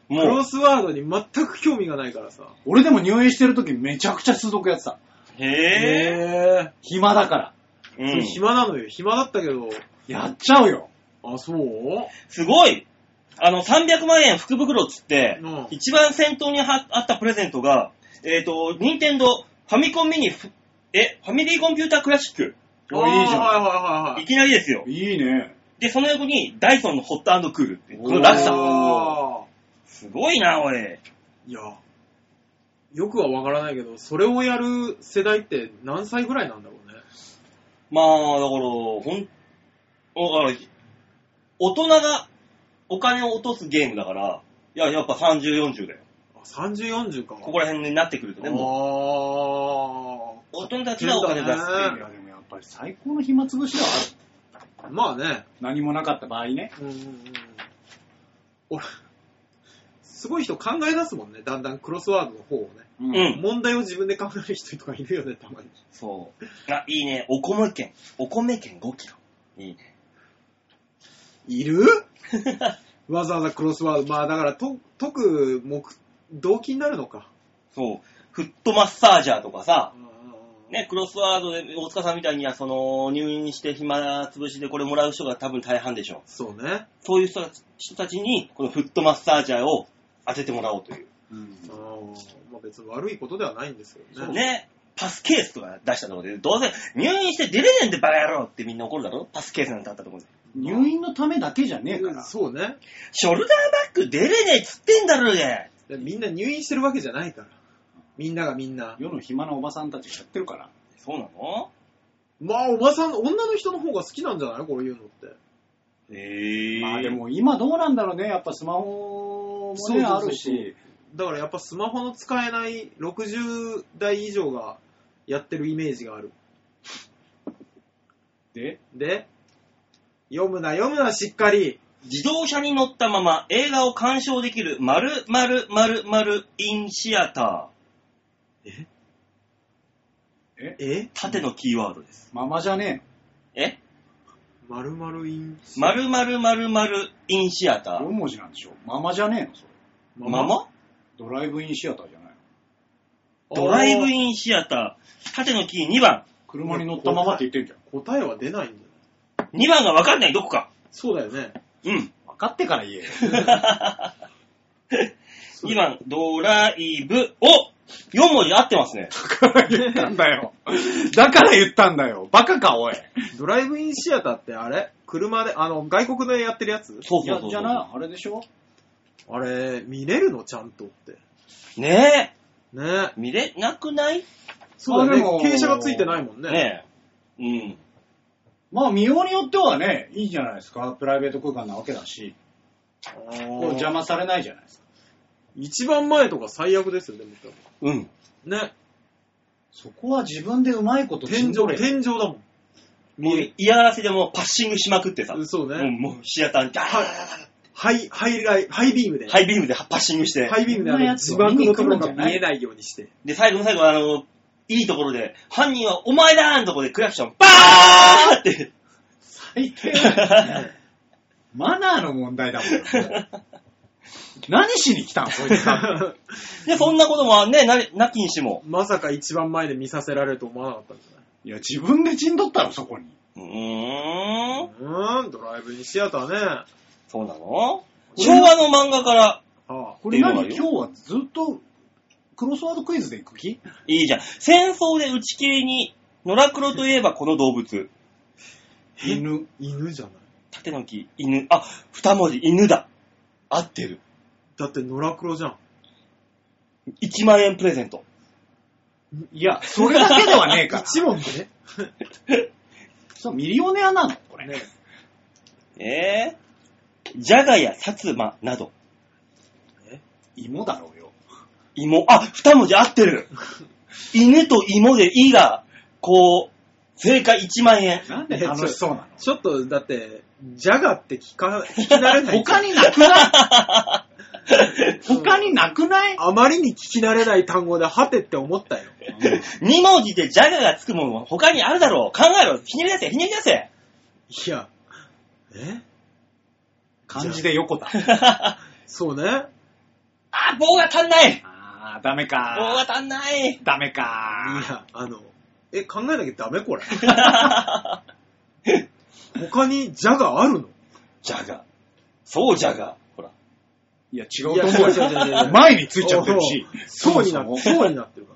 クロスワードに全く興味がないからさ。 俺でも入院してる時めちゃくちゃ数読やってた。 へぇー。 暇だから。 うん。暇なのよ。暇だったけど。 やっちゃうよ。 あ、そうすごい。あの、さんびゃくまんえん福袋っつって、うん、一番先頭にあったプレゼントが、えっ、ー、と、任天堂ファミコンミニ、え、ファミリーコンピュータークラシック。 お、いいじゃん。 はいはいはいはい。 いきなりですよ。 いいね。 で、その横にダイソンのホット&クールってこの落差。すごいな、おい。 いや、よくはわからないけど、それをやる世代って何歳ぐらいなんだろうね。 まあ、だから、ほん、だから大人がお金を落とすゲームだから、いや、やっぱさんじゅう、よんじゅうだよ。 あ、さんじゅう、よんじゅうか。 ここら辺になってくるとね、もう。あー。大人たちがお金出すっていう。いや、 でもやっぱり最高の暇つぶしではある。まあね。 何もなかった場合ね。 うんうんうん。俺、すごい人考え出すもんね。だんだんクロスワードの方をね。 うん。 問題を自分で考える人とかいるよね、たまに。 そう。あ、いいね。お米券。お米券ごキロ。いいね。 いるわざわざクロスワード。まあだからと、解く目、動機になるのか。 そう。フットマッサージャーとかさ、ね、クロスワードで大塚さんみたいにはその入院して暇つぶしでこれもらう人が多分大半でしょう。 そうね。 そういう人たち、人たちにこのフットマッサージャーを当ててもらおうという。 うん、あまあ、別に悪いことではないんですよね。 ね。パスケースとか出したところで、どうせ入院して出れねえんでバカ野郎ってみんな怒るだろ。パスケースなんてあったと思う。 入院のためだけじゃねえから。 そうね。 ショルダーバッグ出れねえっつってんだろうが。 みんな入院してるわけじゃないから。みんながみんな。 世の暇なおばさんたちやってるから。 そうなの？ まあ、おばさん、女の人の方が好きなんじゃないこういうのって。 へぇー。 まあでも今どうなんだろうね。やっぱスマホもね、そうそうそうあるし。 だからやっぱスマホの使えないろくじゅう代以上がやってるイメージがある。 でで読むな、読むな、しっかり。 自動車に乗ったまま映画を鑑賞できる〇〇〇〇インシアター。えええ縦のキーワードです。 ママじゃねええ 〇〇インシアター。〇〇〇〇インシアター。 よん文字なんでしょ。ママじゃねえのそれ。 ママドライブインシアターじゃないの。ドライブインシアター。縦のキーにばん。 車に乗ったままって言ってんじゃん。 答えは出ないんだよ。 にばんが分かんない、どこか。 そうだよね。 うん。 分かってから言えよ。 にばん、ドライブ。お !よん 文字合ってますね。 だから言ったんだよ。だから言ったんだよ。バカか、おい。 ドライブインシアターってあれ車で、あの、外国でやってるやつ？ そうそうそうそう。 じゃな、あれでしょ？ あれ、見れるのちゃんとって。 ねえ。ねえ。 見れなくない？ そうだね。傾斜がついてないもんね。 ねえ。うん。 まあ、見ようによってはね、いいじゃないですか。プライベート空間なわけだし。こう邪魔されないじゃないですか。 一番前とか最悪ですよね、 うん。 ね。 そこは自分でうまいこと天井、天井だもん。 もう嫌がらせでもうパッシングしまくってさ。 そうね。 もう、もうシアターにガーッハイ、ハイライ、ハイビームで。 ハイビームでパッシングして。 ハイビームであの字幕のところが見えないようにして。 で、最後の最後あの、いいところで、犯人はお前だーのところでクラクション、バーって。 最低。マナーの問題だもん、ね。何しに来たんそいつは。 で、そんなこともね、な、なきにしも。 まさか一番前で見させられると思わなかったんじゃない？ いや、自分で陣取ったろ、そこに。 うーん。 うーん、ドライブインシアターね。 そうなの？昭和の漫画から。 ああ、これ何今日はずっとクロスワードクイズで行く気？ いいじゃん。戦争で打ち切りに、野良黒といえばこの動物。 犬。犬じゃない？ 縦の木、犬。あ、二文字、犬だ。合ってる。 だって野良黒じゃん。 いちまん円プレゼント。 いや、それだけではねえから。 一問でそう、ミリオネアなのこれ。ね、 えー、ジャガや薩摩など。 え芋だろうよ。 芋。あ、二文字合ってる。犬と芋でいが、こう、正解いちまん円。 なんで楽しそうなの？ ちょっと、だって、ジャガって聞か、聞き慣れない。 他になくない他になくない？ あまりに聞き慣れない単語で、はてって思ったよ。 に文字でジャガがつくもの他にあるだろう。考えろ。ひねり出せ、ひねり出せ。 いや、え？ 漢字で横だ。 そうね。 あー、棒が足んない。 あー、ダメか。 棒が足んない。 ダメか。 いや、あの、え、考えなきゃダメこれ。他にジャガーあるの？ ジャガー。そうジャガー。ほら。 いや、違うと思うよ。前についちゃってるし。 そうになって、そうになってるから。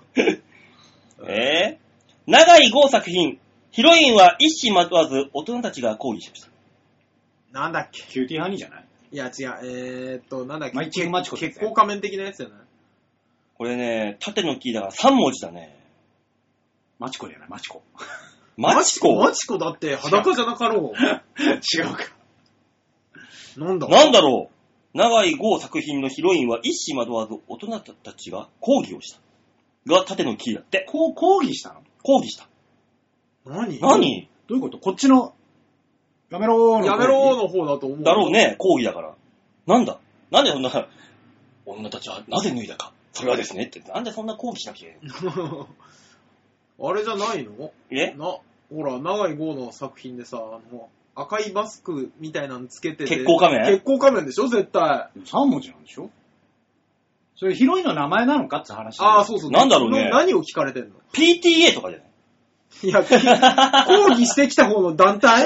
えー、長井豪作品。ヒロインは一糸まとわず大人たちが抗議しました。 なんだっけ？ キューティーハニーじゃない？ いや違う、えーっと、なんだっけ？ マイチンマチコ結構仮面的なやつじゃない？ これね、縦のキーだからさん文字だね。 マチコじゃない、マチコ。 マチコ？ マチコだって裸じゃなかろう。 違うか。 なんだなんだろう。長井豪作品のヒロインは一糸まとわず大人たちが抗議をした。が縦のキーだって。 こう、抗議したの？ 抗議した。 何？ 何？ どういうこと？こっちの、やめろーの。 やめろーの方だと思う。 だろうね、抗議だから。なんだなんでそんな、女たちはなぜ脱いだか。それはですねって、なんでそんな抗議しなきゃいけないの？あれじゃないの？ え？ な、ほら、長井豪の作品でさ、あの、赤いマスクみたいなのつけてて。 血行仮面？ 血行仮面でしょ絶対。 さん文字なんでしょ？それヒロインの名前なのかって話。 ああ、そうそう。 なんだろうね。 何を聞かれてんの？ ピーティーエー とかじゃない？ いや、抗議してきた方の団体？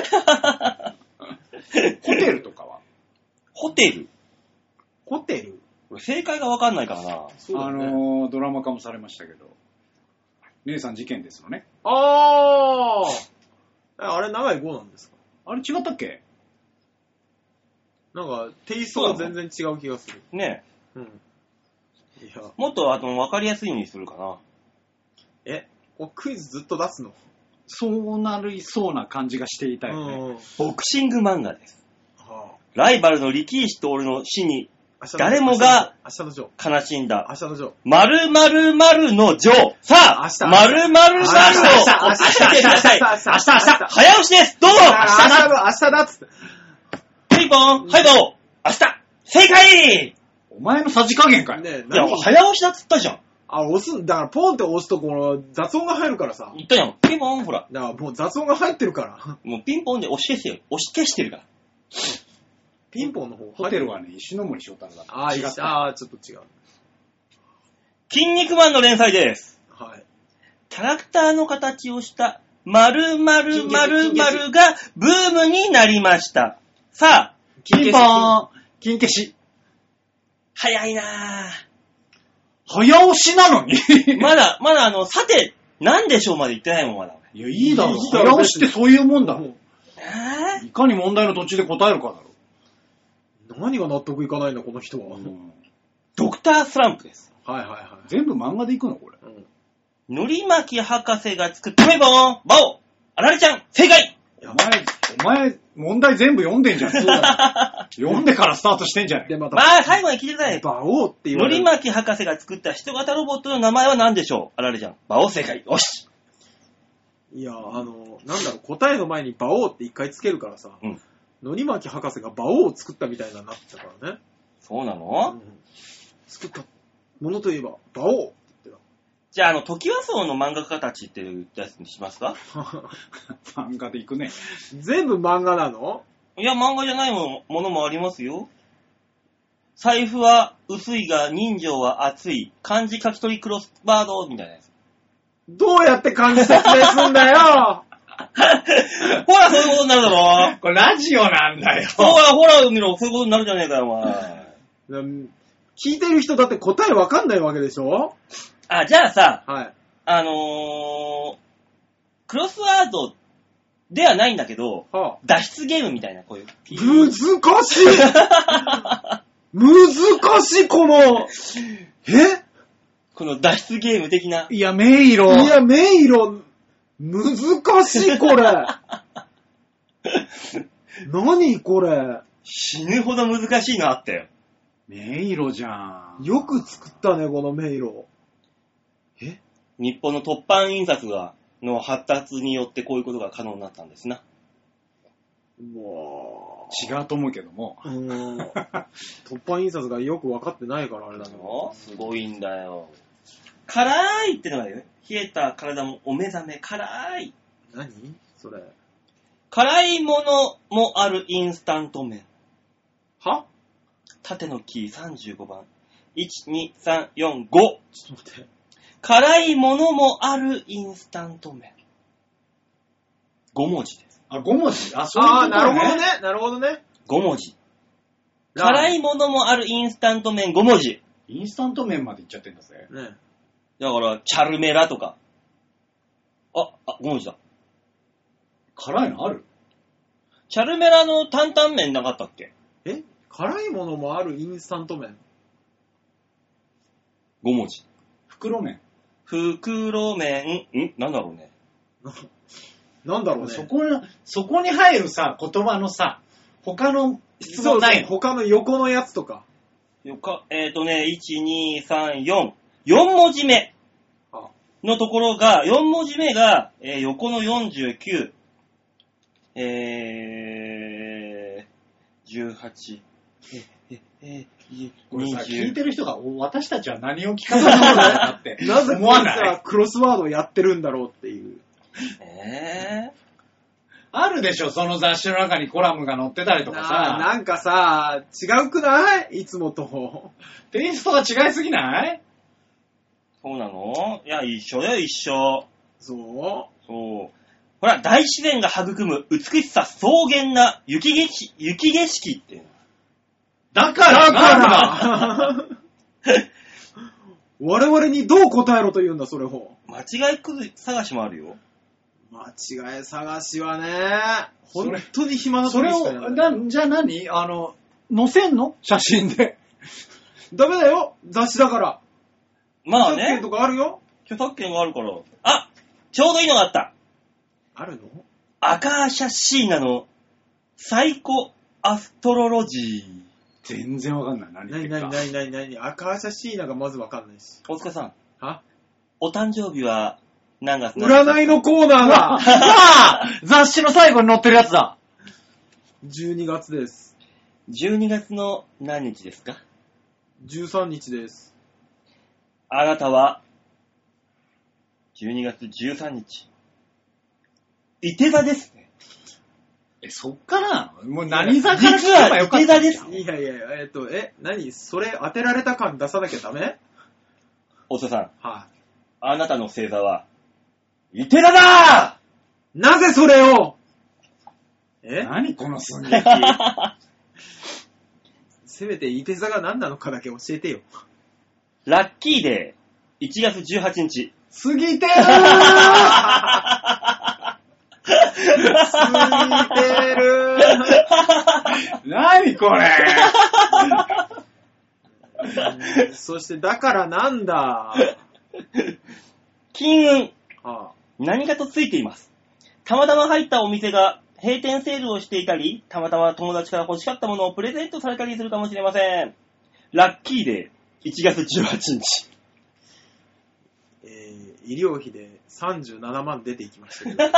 ホテルとかは？ ホテル？ ホテル？ これ正解がわかんないからな。 そうだね、 あのー、ドラマ化もされましたけど。姉さん事件ですのね。 あああれ長い号なんですか？ あれ違ったっけ？ なんか、テイストは全然違う気がする。 ねえ。うん。いや。 もっと、あと、わかりやすいようにするかな。 え、こクイズずっと出すの？ そうなりそうな感じがしていたよね。 うん。 ボクシング漫画です。 はあ、 ライバルの力石徹の死に、誰もが悲しんだ。 明日のジョー。 〇〇〇のジョー。さあ、〇〇〇の、明日、 明日、明日、明日、明日、明日、 早押しです。どうぞ。 明日だ、明日だっつって。 ピンポン、はいどう。明日、正解。 お前のさじ加減かよ。 ねえ、 いや、早押しだっつったじゃん。 あ、押す、だからポンって押すとこの雑音が入るからさ。 言ったじゃん。ピンポン、ほら。 だからもう雑音が入ってるから。 もうピンポンで押し消してる。押し消してるから。 ピンポンの方。 ホテルはね、石ノ森章太郎だった。 ああ、違った。ああ、ちょっと違う。 筋肉マンの連載です。 はい。 キャラクターの形をした〇〇〇〇がブームになりました。さあ、 ピンポーン、金消し。 早いなぁ。 早押しなのにまだ、まだあの、さて、なんでしょうまで言ってないもん、まだ。 いや、いいだろ。早押しってそういうもんだろ。 えー、 いかに問題の途中で答えるかだろ。 何が納得いかないんだ、この人は。うん、 ドクタースランプです。 はいはいはい。 全部漫画でいくのこれ。うん、 のりまき博士が作った、ピンポーンバオあられちゃん正解お前、お前、問題全部読んでんじゃん。そうだ読んでからスタートしてんじゃん。 で、また。 まあ、最後に聞いてください。 バオって言われる。 のりまき博士が作った人型ロボットの名前は何でしょうあられちゃん。バオ正解。よし。 いや、あの、なんだろう、答えの前にバオって一回つけるからさ、うん、のりまき博士がバオを作ったみたいなになってたからね。 そうなの、うん、 作ったものといえば、バオって言ってた。 じゃあ、あの、トキワ荘の漫画家たちっていうやつにしますか漫画でいくね。 全部漫画なの？ いや、漫画じゃないものもありますよ。財布は薄いが人情は厚い。漢字書き取りクロスバードみたいなやつ。 どうやって漢字説明すんだよほら、そういうことになるだろ。 これラジオなんだよ。 ほら、ほら、見ろ、そういうことになるじゃねえかよ、お前。 聞いてる人だって答えわかんないわけでしょ？ あ、じゃあさ、 はい。 あのー、クロスワードではないんだけど、はあ、脱出ゲームみたいな、こういう。 難しい難しい、この、えこの脱出ゲーム的な。 いや、迷路。 いや、迷路、難しい、これ。何これ。 死ぬほど難しいのあったよ。 迷路じゃん。 よく作ったね、この迷路。 え？日本の凸版印刷が、の発達によってこういうことが可能になったんですな。 もう違うと思うけども。 うーん凸版印刷がよく分かってないからあれだけど。 すごいんだよ。辛いってのがね、冷えた体もお目覚め辛い。 何それ。 辛いものもあるインスタント麺。 は？ 縦のキーさんじゅうごばん。 いち、に、さん、よん、ご。 ちょっと待って。 辛いものもあるインスタント麺。ご文字です。 あ、ご文字あ、そういうことね。 あ、なるほどね。なるほどね。 ご文字。辛いものもあるインスタント麺ご文字。 インスタント麺までいっちゃってんだぜ。 ね。 だから、チャルメラとか。あ、あ、ご文字だ。 辛いのある？ チャルメラの担々麺なかったっけ？ え辛いものもあるインスタント麺。 ご文字。 袋麺。 袋麺、んなんだろうね。 なんだろうね。 そこに、そこに入るさ、言葉のさ、他の質問ないの？ 他の横のやつとか。 よか、えっ、ー、とね、いち、に、さん、よん。よん文字目のところが、よん文字目が、えー、横のよんじゅうきゅう。えー、じゅうはち。え、え、え、 これさ、 にじゅう聞いてる人が、私たちは何を聞かされるのかってなぜ思わない？ こいつはクロスワードをやってるんだろうっていう。 えー、 あるでしょ、その雑誌の中にコラムが載ってたりとかなさ。 なんかさ、違うくないいつもと。 テイストが違いすぎない？ そうなの？いや、一緒だよ、一緒。 そうそう。ほら、大自然が育む美しさ草原な雪景色、雪景色っていうの。 だからだから我々にどう答えろと言うんだ、それを。 間違いくず探しもあるよ。 間違い探しはね、本当に暇なそれ時しかやを、 らない。 な、じゃあ何あの、載せんの？写真で。 ダメだよ、雑誌だから。 まあね著作権と。かあるよ。 著作権があるから。あ、ちょうどいいのがあった。 あるの？ アカーシャシーナのサイコアストロロジー。 全然わかんない。何言ってなにるか。 なになになになにアカーシャシーナがまずわかんないし。 大塚さん。 は？ お誕生日は何月何日？ 占いのコーナーが雑誌の最後に載ってるやつだ。 じゅうにがつです。 じゅうにがつの何日ですか？ じゅうさんにちです。 あなたはじゅうにがつじゅうさんにち。いて座ですね。 え、そっからもう何座から実はいて座です。 いやいや、えっと、え、何それ当てられた感出さなきゃダメ？ 大塚さん。 はい、あ。 あなたの星座は、いて座だー！ なぜそれをえ何この寸劇。 せめていて座が何なのかだけ教えてよ。 ラッキーデー、いちがつじゅうはちにち。 過ぎてるー過ぎてるー何これそしてだからなんだ金運、 ああ何かとついています。たまたま入ったお店が閉店セールをしていたり、たまたま友達から欲しかったものをプレゼントされたりするかもしれません。ラッキーデー、いちがつじゅうはちにち。 えー、医療費でさんじゅうななまん出ていきましたけど。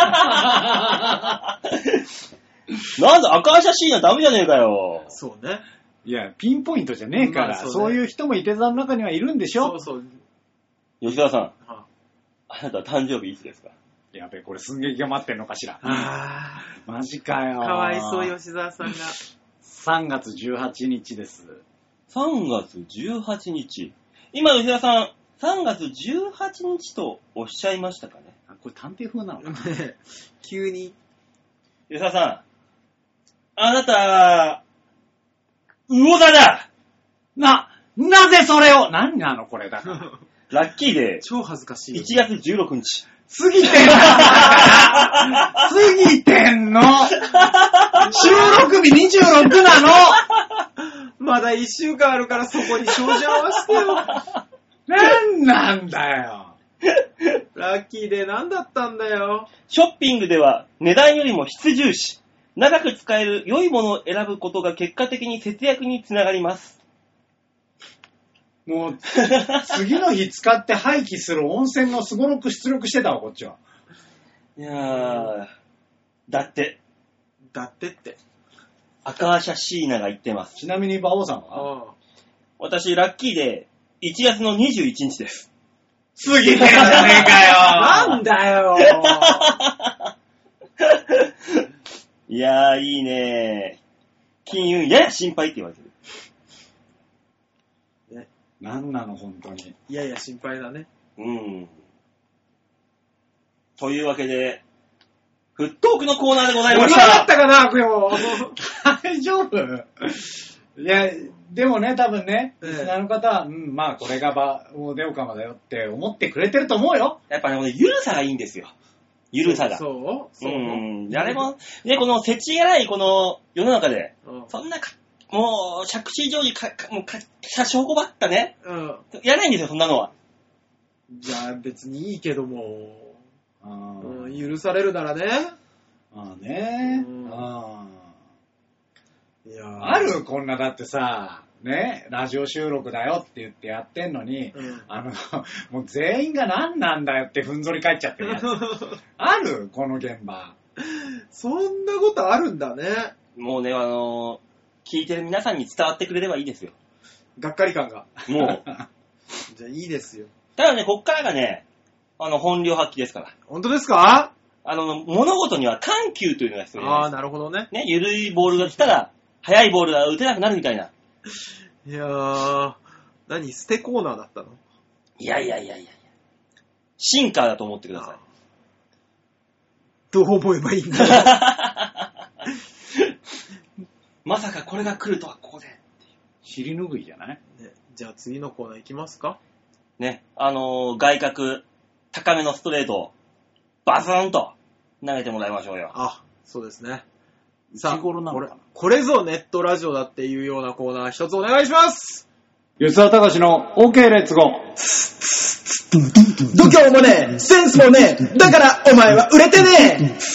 なんだ、赤足シーンはダメじゃねえかよ。 そうね。 いや、ピンポイントじゃねえから、 まあそうねそういう人もいて座の中にはいるんでしょ。 そうそう。 吉田さん、 はあなた誕生日いつですか？ やべえ、これ寸劇が待ってんのかしら。 あマジかよ。 ーかわいそう吉沢さんが。 さんがつじゅうはちにちです。 さんがつじゅうはちにち。今吉田さん、さんがつじゅうはちにちとおっしゃいましたかね？ あ、これ探偵風なのかな。 急に。 吉田さん、あなた、魚座だ！ な、なぜそれを何なのこれだから。 ラッキーデー、 超恥ずかしい。 いちがつじゅうろくにち。 過ぎてんの過ぎてんの収録日にじゅうろくなのまだいっしゅうかんあるからそこに照準合わせてよ。 なんなんだよ。 ラッキーで何だったんだよ。 ショッピングでは値段よりも質重視。長く使える良いものを選ぶことが結果的に節約につながります。 もう、次の日使って廃棄する温泉のすごろく出力してたわ、こっちは。 いやー、だって、 だってって。 アカーシャシーナが言ってます。 ちなみに馬王さんはああ。 私、ラッキーでいちがつのにじゅういちにちです。 過ぎてるじゃねえかよなんだよいやー、いいねー。金運やや心配って言われてる。 なんなの、本当に。 いやいや、心配だね。 うん。というわけで、フットークのコーナーでございました。 盛り上がったかな、悪用。 大丈夫？いや、でもね、多分ね、 ええリスナーの方は、うん、まあ、これがバオデオカマだよって思ってくれてると思うよ。 やっぱね、このゆるさがいいんですよ。ゆるさが。 そうそう。 うん。誰も、ね、この世知辛いこの世の中で、 うん。 そんなか、もう、杓子定規か、かもうか、証拠ばったね。 うん。 やらないんですよ、そんなのは。 じゃあ別にいいけども、 あうん、許されるならね。 あね、 うんあいやーあるこんな、だってさ、ね、ラジオ収録だよって言ってやってんのに、 うん、 あの、もう全員が何なんだよってふんぞり返っちゃってるやつ。あるこの現場。 そんなことあるんだね。 もうね、あのー、聞いてる皆さんに伝わってくれればいいですよ。 がっかり感が。 もう。 じゃあいいですよ。 ただね、こっからがね、あの、本領発揮ですから。 本当ですか？ あの、物事には緩急というのが必要じゃないああ、 ですか。 なるほどね。 ね、ゆるいボールが来たら、速いボールが打てなくなるみたいな。 いやー、何、捨てコーナーだったの？ いやいやいやいや。シンカーだと思ってください。 どう思えばいいんだまさかこれが来るとはここで。 尻拭いじゃない？ ね、じゃあ次のコーナー行きますか？ ね、あのー、外角、高めのストレートを、バスーンと投げてもらいましょうよ。 あ、そうですね。 いつ頃なのかな？ これ、これぞネットラジオだっていうようなコーナー一つお願いします。 吉沢隆の OK レッツゴー。 度胸もねえ、センスもねえ、だからお前は売れてねえ。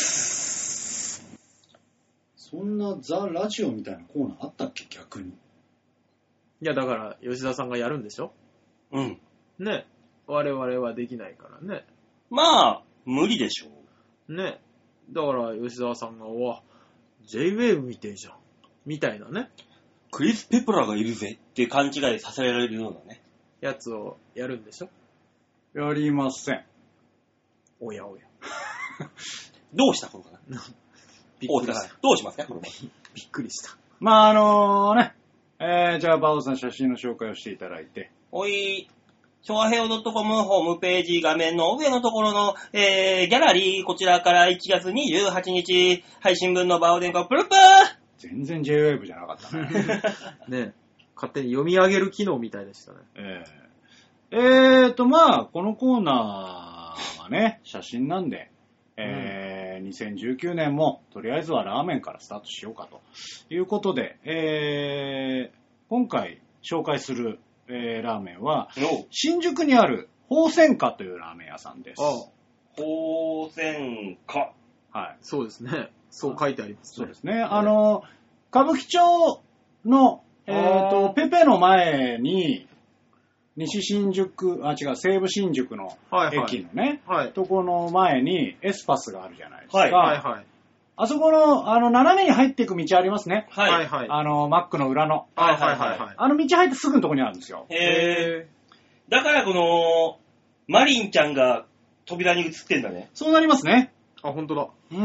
そんなザ・ラジオみたいなコーナーあったっけ、逆に。 いや、だから吉田さんがやるんでしょ？ うん。 ね。我々はできないからね。 まあ、無理でしょう。 ね。だから吉沢さんが、うわ、ジェイウェーブみてえじゃん。みたいなね。 クリス・ペプラーがいるぜっていう勘違いさせられるようなね。 やつをやるんでしょ？ やりません。 おやおや。 どうしたことかな。 びっくりした。 どうしますかこれ。 びっくりした。 まあ、あのね、えー、じゃあ、バオさん写真の紹介をしていただいて。 おい、昭和平洋 .com ホームページ画面の上のところの、えー、ギャラリー、こちらからいちがつにじゅうはちにち、配信分のバオデンカプルプー全然 ジェイウェーブじゃなかったね。 ね。勝手に読み上げる機能みたいでしたね。 えー、えーと、まあ、このコーナーはね、写真なんで、えーうん、にせんじゅうきゅうねんも、とりあえずはラーメンからスタートしようかということで、えー、今回紹介する、えー、ラーメンは、新宿にある、宝泉家というラーメン屋さんです。 ああ宝泉家。 はい。 そうですね。そう書いてありますね。 そうですね。あの、歌舞伎町の、えーと、ペペの前に、西新宿、あ、違う、西武新宿の駅のね、 はいはい、 ところの前にエスパスがあるじゃないですか。 はいはいはい。 あそこの、あの、斜めに入っていく道ありますね。 はいはいはい。 あの、マックの裏の。 はいはいはいはい。 あの道入ってすぐのところにあるんですよ。 へー。だからこの、マリンちゃんが扉に映ってんだね。 そうなりますね。 あ、ほんとだ。 うん。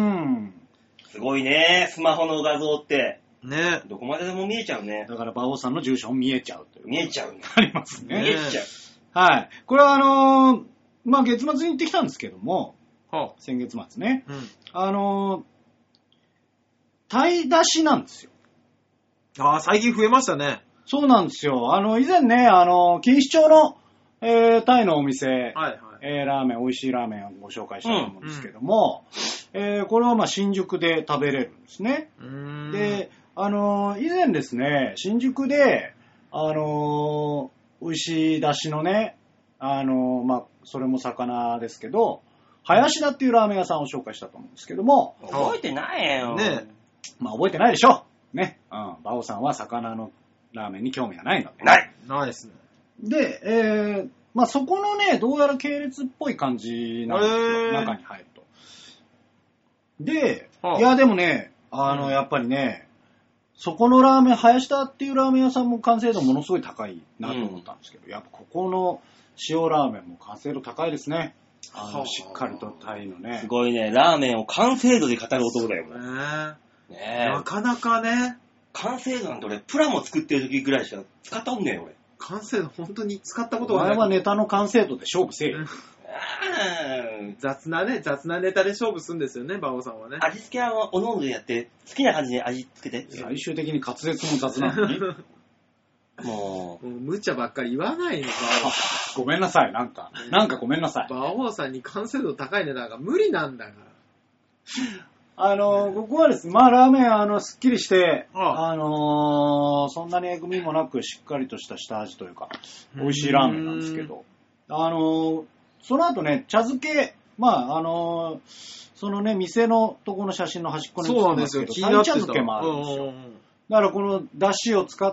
すごいね、スマホの画像って。 ね。 どこまででも見えちゃうね。 だから、馬王さんの住所も見えちゃうという。 見えちゃうね。 ありますね。 見えちゃう。 はい。これはあのー、まあ、月末に行ってきたんですけども、 はあ、 先月末ね。 うん。 あのー、鯛出しなんですよ。 ああ、最近増えましたね。 そうなんですよ。あの、以前ね、あの、錦糸町の、えー、タイのお店、 はいはい。 えー、ラーメン、美味しいラーメンをご紹介したと思うんですけども、うんうん、えー、これはまあ新宿で食べれるんですね。 うーんで、あのー、以前ですね、新宿で、あのー、美味しい出汁のね、あのー、まあ、それも魚ですけど、林田っていうラーメン屋さんを紹介したと思うんですけども、 覚えてないよ。 ねえ。 まあ、覚えてないでしょ。ね。うん。馬王さんは魚のラーメンに興味がないので。 ない。 ないですね。 で、えー、まあ、そこのね、どうやら系列っぽい感じなんですよ。中に入ると。で、 はあ、 いや、でもね、あの、 うん、 やっぱりね、そこのラーメン、林田っていうラーメン屋さんも完成度ものすごい高いなと思ったんですけど、うん、やっぱここの塩ラーメンも完成度高いですね。あの、しっかりとタイのね。 すごいね、ラーメンを完成度で語る男だよ。 ねえ。 ねえ。 なかなかね。 完成度なんて俺、プラも作ってる時ぐらいしか使ったもんねえよ、俺。 完成度本当に使ったことがない。 お前はネタの完成度で勝負せえよ。 雑なね、雑なネタで勝負するんですよね、馬王さんはね。 味付けはおのおのでやって、好きな感じで味付けて。 最終的に滑舌も雑なのに。 もう、もう無茶ばっかり言わないのか。 ごめんなさい、なんか。なんかごめんなさい。 馬王さんに完成度高いネタが無理なんだから。 あの、ここはですね、まあラーメン、あの、すっきりして、 あああのーそんなにえぐみもなくしっかりとした下味というか、美味しいラーメンなんですけど、あのーその後ね、茶漬け、まああのーそのね、店のとこの写真の端っこにそうなんですよ、気になってた。 鯛茶漬けもあるんですよ。 うんうんうん、 だからこの出汁を使って、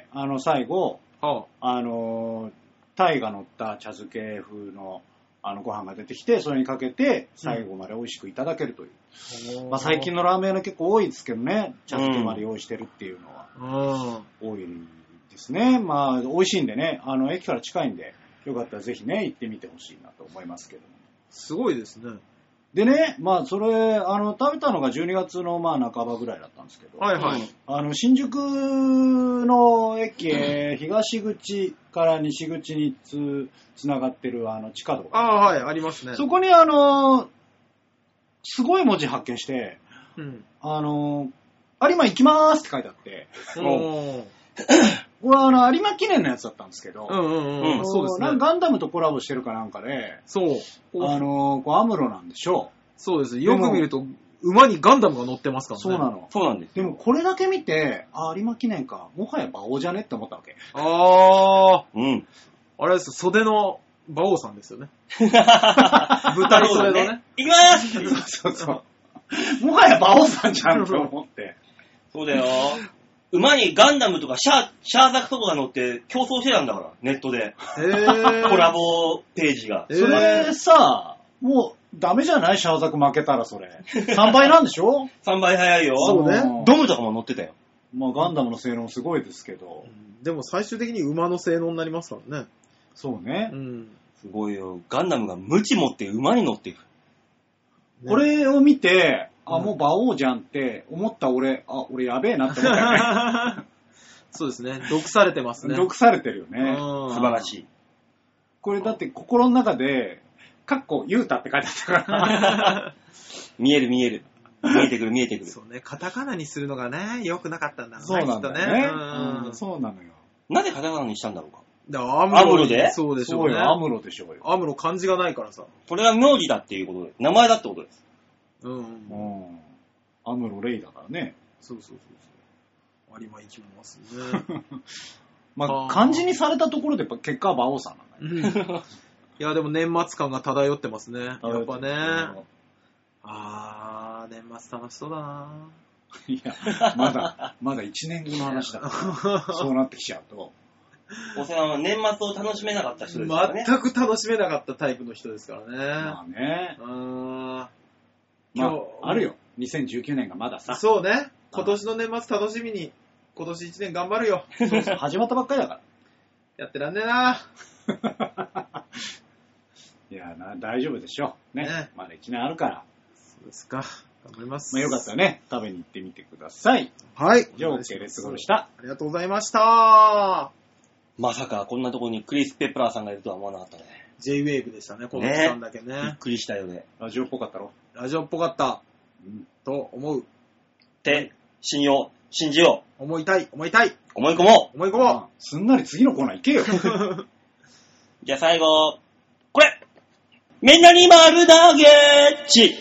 あの、最後、 はあのー、鯛が乗った茶漬け風の、あの、ご飯が出てきて、それにかけて、最後まで美味しくいただけるという。 あ、 まあ、最近のラーメン屋結構多いですけどね、茶漬けまで用意してるっていうのは、 うん、 多いですね。まあ、美味しいんでね、あの、駅から近いんで、よかったらぜひね、行ってみてほしいなと思いますけども。 すごいですね。 でね、まあ、それ、あの、食べたのがじゅうにがつの、まあ、半ばぐらいだったんですけど、 はいはい。 あの、新宿の駅へ、東口から西口につ、つながってる、あの、地下道。 ああ、はい、ありますね。 そこに、あの、すごい文字発見して、 うん。 あの、有馬行きまーすって書いてあって、 おこれはあの、有馬記念のやつだったんですけど、 うんうんうん。そうですね。 なんかガンダムとコラボしてるかなんかで、 そう。 あの、こうアムロなんでしょそうです。よく見ると、馬にガンダムが乗ってますからね。 そうなの。 そうなんです。 でもこれだけ見て、あ、有馬記念か、もはや馬王じゃねって思ったわけ。 あー。 うん。 あれです、袖の馬王さんですよね。舞台袖のね。 行きまーすそうそうそう。もはや馬王さんじゃんと思って。 そうだよ。馬にガンダムとかシャー、シャーザクとかが乗って競争してたんだから、ネットで。 へー。 コラボページが。 それさ、もうダメじゃないシャーザク負けたらそれ。さんばいなんでしょ ? さん 倍早いよ。 そうね。 ドムとかも乗ってたよ。 まあガンダムの性能すごいですけど。 でも最終的に馬の性能になりますからね。 そうね。 うん。 すごいよ。ガンダムがムチ持って馬に乗っていく。 ね、これを見て、あ、 うん、 もう馬王じゃんって思った俺、あ、俺やべえなって思ったよね。 そうですね。毒されてますね。 毒されてるよね。 素晴らしい。 これだって心の中で、かっこ、ゆうたって書いてあったから。 見える見える。見えてくる見えてくる。 そうね。カタカナにするのがね、良くなかったんだろうね。 そうなんだよね。 うんうん、そうなのよ。 なぜカタカナにしたんだろうか。 アムロ、 アムロでそうでしょうね。 そうよ、アムロでしょうよ。 アムロ漢字がないからさ。 これが名字だっていうことで、名前だってことです。 うん。うん。 アムロレイだからね。 そうそうそうそう。有馬行きますね。 まあ、漢字にされたところで結果は馬王さんなんだよ。 うん、いや、でも年末感が漂ってますね。やっぱね。あー、年末楽しそうだな。 いや、まだ、まだいちねんごの話だから。そうなってきちゃうと。 お世話は年末を楽しめなかった人ですからね。 全く楽しめなかったタイプの人ですからね。 まあね。 うーん。 今日、あるよ。にせんじゅうきゅうねんがまださ。 そうね。今年の年末楽しみに、今年いちねん頑張るよ。 そうそう、始まったばっかりだから。 やってらんねえな。 いやな、大丈夫でしょう。ね。 ね、 まだいちねんあるから。 そうですか。頑張ります。 まあよかったらね、食べに行ってみてください。 はい。 じゃあ OK です。ごろした。 ありがとうございました。 まさかこんなところにクリス・ペプラーさんがいるとは思わなかったね。 J-ウェーブでしたね、この時間だけね。 びっくりしたよね。 ラジオっぽかったろ。 ラジオっぽかった。 うん、 と思う。 って、信用、信じよう。思いたい、思いたい。 思い込もう。思い込もう。 すんなり次のコーナー行けよ。 じゃあ最後、これみんなに丸投げっち。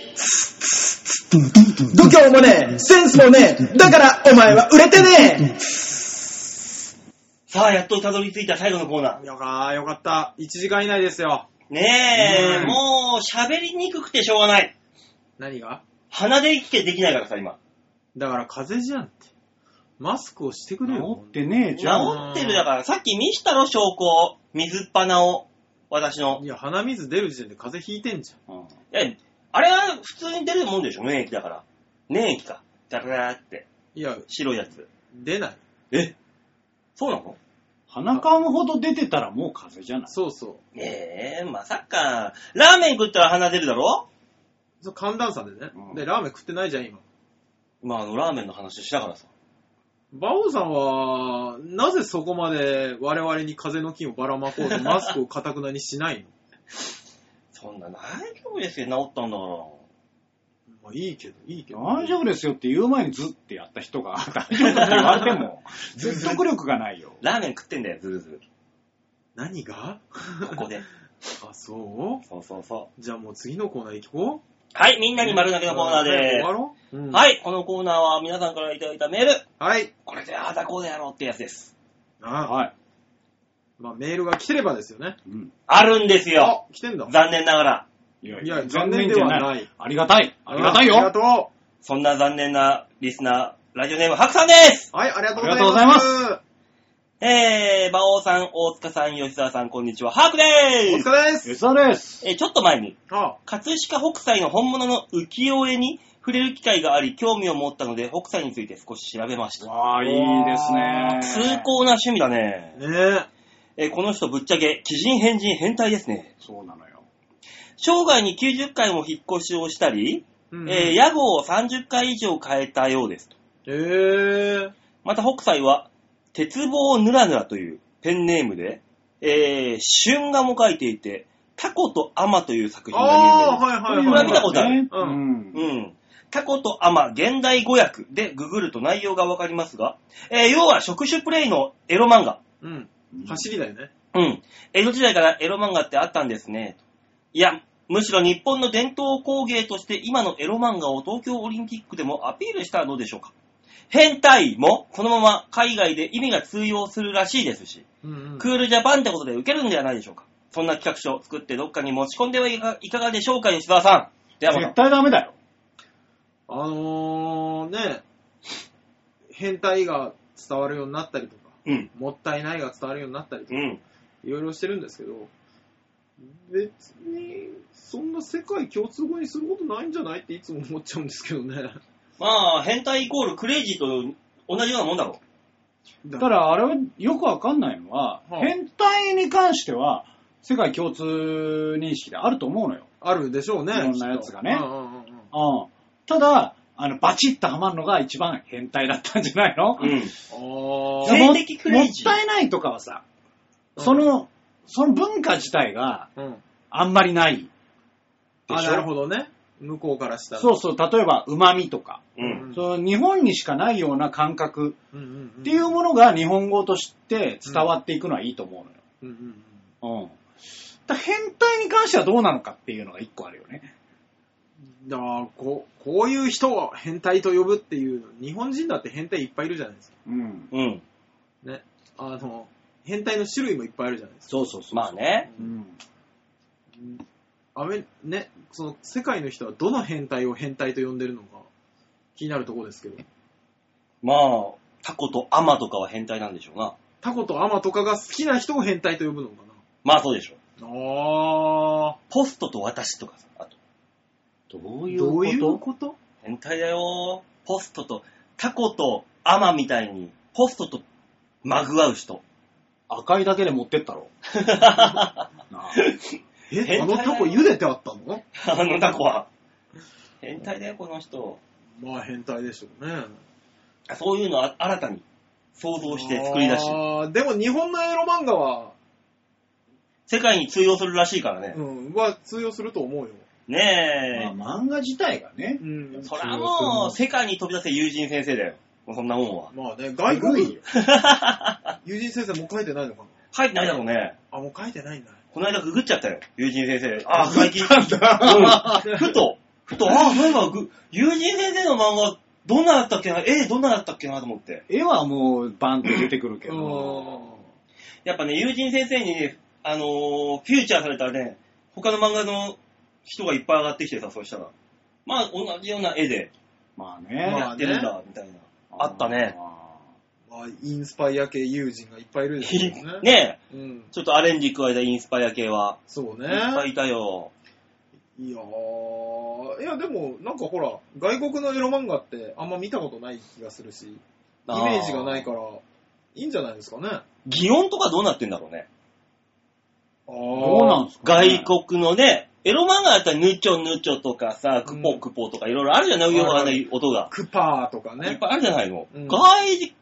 度胸もねえ、センスもねえ、だからお前は売れてねえ。 さあ、やっとたどり着いた最後のコーナー。 よかー、よかった。いちじかん以内ですよ。 ねえ、 うん、 もう喋りにくくてしょうがない。 何が？ 鼻で息ってできないからさ、今。 だから風邪じゃんって。マスクをしてくれよ。 治ってねえじゃん。治ってるだから、さっき見したろ、証拠。水っ鼻を。私の。 いや、鼻水出る時点で風邪ひいてんじゃん。 うん、え、あれは普通に出るもんでしょ、免疫だから。粘液か。ダラダラって。 いや、 白いやつ。 出ない。 え、そうなの？ 鼻かむほど出てたらもう風邪じゃない？ そうそう。 ええー、まさか。ラーメン食ったら鼻出るだろ？ そう、寒暖差でね、うん。で、ラーメン食ってないじゃん、今。 まあ、あの、ラーメンの話したからさ。 馬王さんは、なぜそこまで我々に風の菌をばらまこうとマスクをかたくなにしないの？ そんな大丈夫ですよ、治ったんだから。 まあいいけど、いいけど。 大丈夫ですよって言う前にズッってやった人が大丈夫って言われても、説得力がないよ。 ラーメン食ってんだよ、ずるずる。 何が？ ここで。 あ、そうそうそうそう。 じゃあもう次のコーナー行こう。 はい、みんなに丸投げのコーナーでーす。 終わろう、うん、 はい、このコーナーは皆さんからいただいたメール。 はい。 これでああだこうでやろうってやつです。 ああ、 はい。 まあメールが来てればですよね。 うん。 あるんですよ。 あ、来てんだ。 残念ながら。 いやいや、残念ではない。 ありがたい。ありがたいよ。 ありがとう。 そんな残念なリスナー、ラジオネーム、ハクさんです。 はい、ありがとうございます。 ありがとうございます。 えー、馬王さん、大塚さん、吉沢さん、こんにちは。ハークでーす。 お疲れです。 エサです。 えー、ちょっと前に、 ああ葛飾北斎の本物の浮世絵に触れる機会があり、興味を持ったので、北斎について少し調べました。 わあ、いいですね。 崇高な趣味だね。 ねえー、この人ぶっちゃけ、奇人変人変態ですね。 そうなのよ。 生涯にきゅうじゅっかいも引っ越しをしたり、 うん、 えー、屋号をさんじゅっかい以上変えたようですと。 えー、 また北斎は、鉄棒ぬらぬらというペンネームで、えー、春画も描いていて、タコとアマという作品が有名です。 ああ、はいはいはい。 これは見たことある。 うん。 うん。タコとアマ現代語訳でググると内容がわかりますが、えー、要は触手プレイのエロ漫画。 うん。走りだよね。 うん。江戸時代からエロ漫画ってあったんですね。いや、むしろ日本の伝統工芸として今のエロ漫画を東京オリンピックでもアピールしたらどうでしょうか。変態もそのまま海外で意味が通用するらしいですし、 うんうん、 クールジャパンってことで受けるんではないでしょうか。そんな企画書を作ってどっかに持ち込んではいか、いかがでしょうか、吉沢さん。ではまた。 絶対ダメだよ。 あのー、ね、変態が伝わるようになったりとか、 うん、 もったいないが伝わるようになったりとか、 うん、 いろいろしてるんですけど、別にそんな世界共通語にすることないんじゃないっていつも思っちゃうんですけどね。 まあ、変態イコールクレイジーと同じようなもんだろう。だからあれはよくわかんないのは、はあ、変態に関しては世界共通認識であると思うのよ。 あるでしょうね。 いろんなやつがね。 うんうんうんうん、 ただ、あの、バチッとはまるのが一番変態だったんじゃないの？ うん。 あ性的クレイジー。 もったいないとかはさ、その、その文化自体があんまりない。 うん、あ、なるほどね。向こうからしたら。 そうそう、例えば、旨味とか、 うん、 その日本にしかないような感覚っていうものが日本語として伝わっていくのはいいと思うのよ。うんうんうん。だ変態に関してはどうなのかっていうのが一個あるよね。 だからこう、こういう人を変態と呼ぶっていう、日本人だって変態いっぱいいるじゃないですか。 うん。 うん。 ね。あの、変態の種類もいっぱいあるじゃないですか。 そうそうそう。 まあね。 うん。 アメ、ね、その世界の人はどの変態を変態と呼んでるのか気になるところですけど。 まあ、タコとアマとかは変態なんでしょうな。 タコとアマとかが好きな人を変態と呼ぶのかな。 まあそうでしょう。 あー。 ポストと私とかさ、あと。 どういうこと？ どういうこと？ 変態だよ。ポストと、タコとアマみたいに、ポストとまぐわう人。 赤いだけで持ってったろ。なあえ、あのタコ茹でてあったの？ あのタコは。変態だよ、この人。 まあ変態でしょうね。 そういうのを新たに想像して作り出し。 あー、でも日本のエロ漫画は、 世界に通用するらしいからね。 うん、は通用すると思うよ。 ねえ。 まあ、漫画自体がね。 うん。 それはもう、世界に飛び出せ友人先生だよ。もうそんなもんは。 まあね、外国友人先生もう書いてないのかな？ 書いてないだろうね。 あ、もう書いてないんだ。 この間ググっちゃったよ。友人先生。あ、最近。 うん。 ふと、ふと、あ、そういえば、友人先生の漫画、どんなだったっけな、絵どんなだったっけなと思って。 絵はもうバンと出てくるけど。 やっぱね、友人先生にね、あのー、フューチャーされたらね、他の漫画の人がいっぱい上がってきてさ、そうしたら。まあ、同じような絵で、 まあね。 やってるんだ、みたいな。あったね。 まあ、インスパイア系友人がいっぱいいるですよね。 ねえ、 うん。 ちょっとアレンジ加えたインスパイア系は。 そうね。 いっぱいいたよ。 いやー、いやでも、なんかほら、外国のエロ漫画ってあんま見たことない気がするし、イメージがないから、いいんじゃないですかね。 擬音とかどうなってんだろうね。 あどうなんすかね、外国のね、エロ漫画だったらヌチョヌチョとかさ、クポクポとかいろいろあるじゃない、よくわかんない音が。 クパーとかね。 いっぱいあるじゃないの。 うん、 外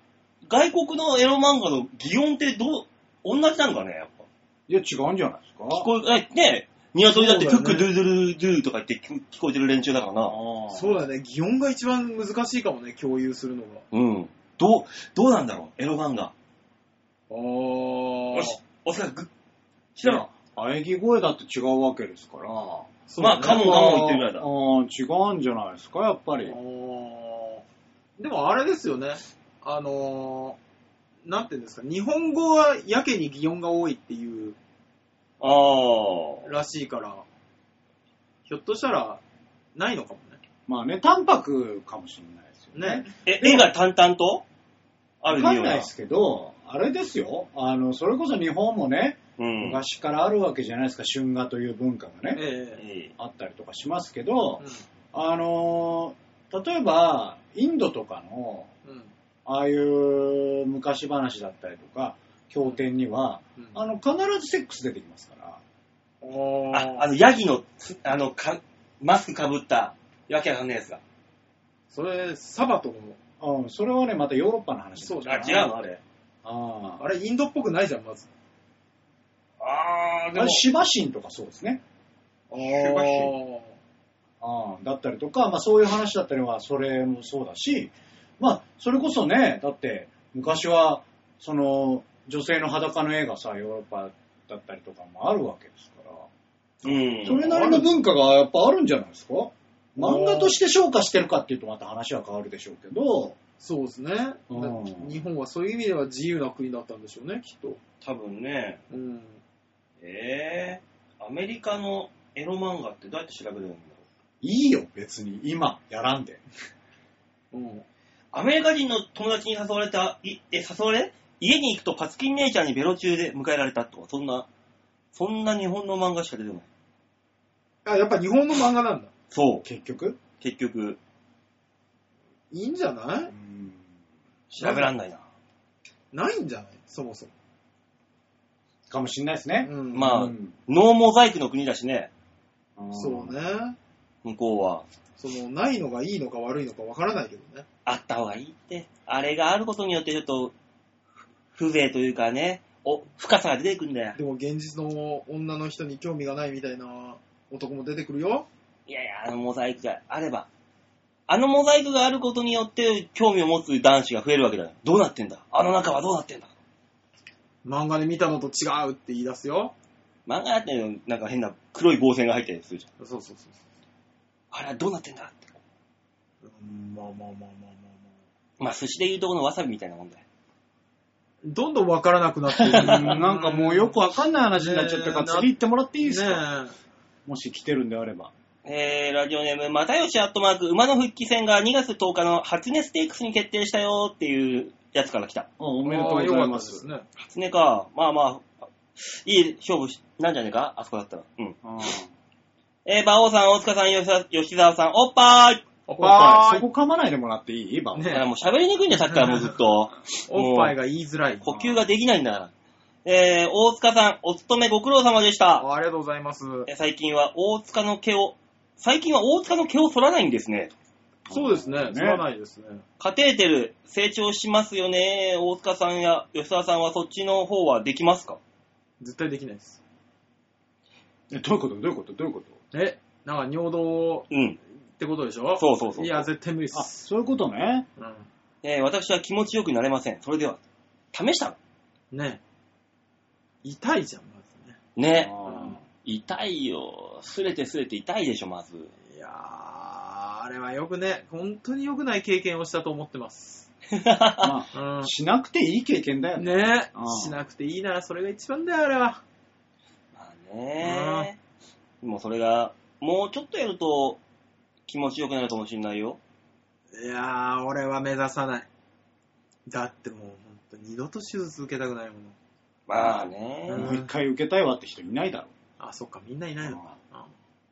外国のエロ漫画の擬音ってどう、同じなのかねやっぱ。 いや、違うんじゃないですか。 聞こえ、え、ねニワトリだってクックドゥドゥルドゥとか言って聞こえてる連中だからな。 そうだね。擬音が一番難しいかもね、共有するのが。 うん。どう、どうなんだろうエロ漫画。 あー。 よし、おそらく、調べろ。 喘ぎ声だって違うわけですから。 そうねまあ、カモンカモン言ってるぐらいだ。 ああ、違うんじゃないですか、やっぱり。 あーでもあれですよね。あのー、なんていうんですか、日本語はやけに擬音が多いっていうああ。 らしいから、ひょっとしたらないのかもね。 まあね、淡白かもしれないですよね。 ね。 え、絵が淡々とあるわような。 かんないですけど、あれですよ。あの、それこそ日本もね、 うん。 昔からあるわけじゃないですか、春画という文化がね、 ええあったりとかしますけどえ、 あの、例えば、インドとかの、 うん。うん。 ああいう昔話だったりとか、経典には、 うんあの、必ずセックス出てきますから。 あ、あの、ヤギの、あの、か、マスクかぶった、わけわかんないやつが。 それ、サバとの、 うん、それはね、またヨーロッパの話そうあ、違うのあれ。 ああ。 あれインドっぽくないじゃん、まず。 あー、でもあれ、、シバシンとかそうですね。 あーああ、だったりとか、まあそういう話だったりは、それもそうだし、まあ、それこそね、だって、昔は、その、女性の裸の絵がさ、ヨーロッパだったりとかもあるわけですから、 うん。 それなりの文化がやっぱあるんじゃないですか。漫画として昇華してるかっていうとまた話は変わるでしょうけど、 そうですね。 うん日本はそういう意味では自由な国だったんでしょうね、きっと。 多分ね、 うん。 えー、アメリカのエロ漫画ってどうやって調べるんだろう。 いいよ、別に。今、やらんで。 うん。 アメリカ人の友達に誘われた、いえ、誘われ家に行くとパツキン姉ちゃんにベロ中で迎えられたとか、そんな、そんな日本の漫画しか出てこない。 あ、やっぱ日本の漫画なんだ。 そう、 結局結局、 いいんじゃないうん。 調べらんないな。 ないんじゃないそもそも。 かもしんないですね。 うん。 まあうんノーモザイクの国だしね、 そう。ね。 向こうは。 その、ないのがいいのか悪いのかわからないけどね。 あった方がいいって。あれがあることによってちょっと、風情というかね、お、深さが出てくるんだよ。 でも現実の女の人に興味がないみたいな男も出てくるよ。 いやいや、あのモザイクがあれば。あのモザイクがあることによって興味を持つ男子が増えるわけだよ。どうなってんだあの中はどうなってんだ漫画で見たのと違うって言い出すよ。 漫画だってなんか変な黒い棒線が入ってるやつするじゃん。 そうそうそうあれはどうなってんだって。 そう。うん、まあまあまあまあまあまあ。 まあ寿司でいうとこのわさびみたいなもんだよ。 どんどんわからなくなってる。 なんかもうよくわかんない話になっちゃったから、 ねえ次行ってもらっていいですか、 ねもし来てるんであれば。 えー、ラジオネーム、またよしアットマーク、馬の復帰戦がにがつとおかの初音ステークスに決定したよっていうやつから来た。 おえ。 めでとうございま。 あーよかったですすね。 初音か。まあまあ、いい勝負しなんじゃねえかあそこだったら。うん。 あえー、馬王さん、大塚さん、吉沢吉沢さん、おっぱーい。 おっーそぱい。 こ噛まないでもらっていいバオねだからもう喋りにくいんだよ、さっきからもうずっと。 おっぱいが言いづらい。 呼吸ができないんだから。えー、大塚さん、お勤めご苦労様でした。 あありがとうございます。 え最近は大塚の毛を、最近は大塚の毛を剃らないんですね。 そうですね。 ねそらないですね。 カテーテル、成長しますよね。大塚さんや吉沢さんはそっちの方はできますか？ 絶対できないです。 えどういうことどういうことどういうことえ、なんか尿道うん。 ってことでしょそうそうそう。 いや、絶対無理であ、 す。 そういうことね。 うん。 えー私は気持ちよくなれません。それでは、試したのね痛いじゃん、まずね。 ね。 あ痛いよ。すれてすれて痛いでしょ、まず。 いやー、あれはよくね、本当に良くない経験をしたと思ってます。 ーまうあ、 ん。 しなくていい経験だよね。 ねうんしなくていいな、それが一番だよ、あれは。 まあね。もうそれが、もうちょっとやると気持ちよくなるかもしれないよ。 いやー、俺は目指さない。だってもう、本当二度と手術受けたくないもの。 まあね。 うんもう一回受けたいわって人いないだろあ、そっか、みんないないのか。うん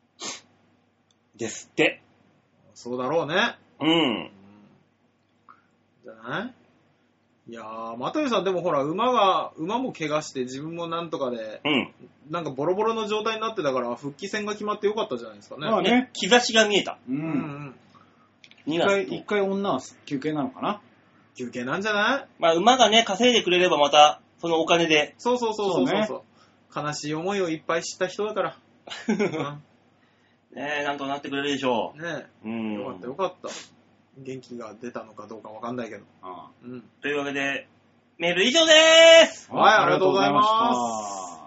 ですって。 そうだろうね。 うん。 うんじゃないいやー、又吉さんでもほら、馬が、馬も怪我して自分もなんとかで、 うん。 なんかボロボロの状態になってたから、復帰戦が決まってよかったじゃないですかね。 まあねね、兆しが見えた。 う。う。 うんん一回、一回女は休憩なのかな休憩なんじゃない？ まあ、馬がね、稼いでくれればまた、そのお金で。 そうそうそうそうそう。 そうね、悲しい思いをいっぱい知った人だから。うん、 ねえ、なんとかなってくれるでしょう。ねえ。うん。よかったよかった。元気が出たのかどうかわかんないけど。ああ、うん。 というわけで、メール以上でーす。 はい、ありがとうございます。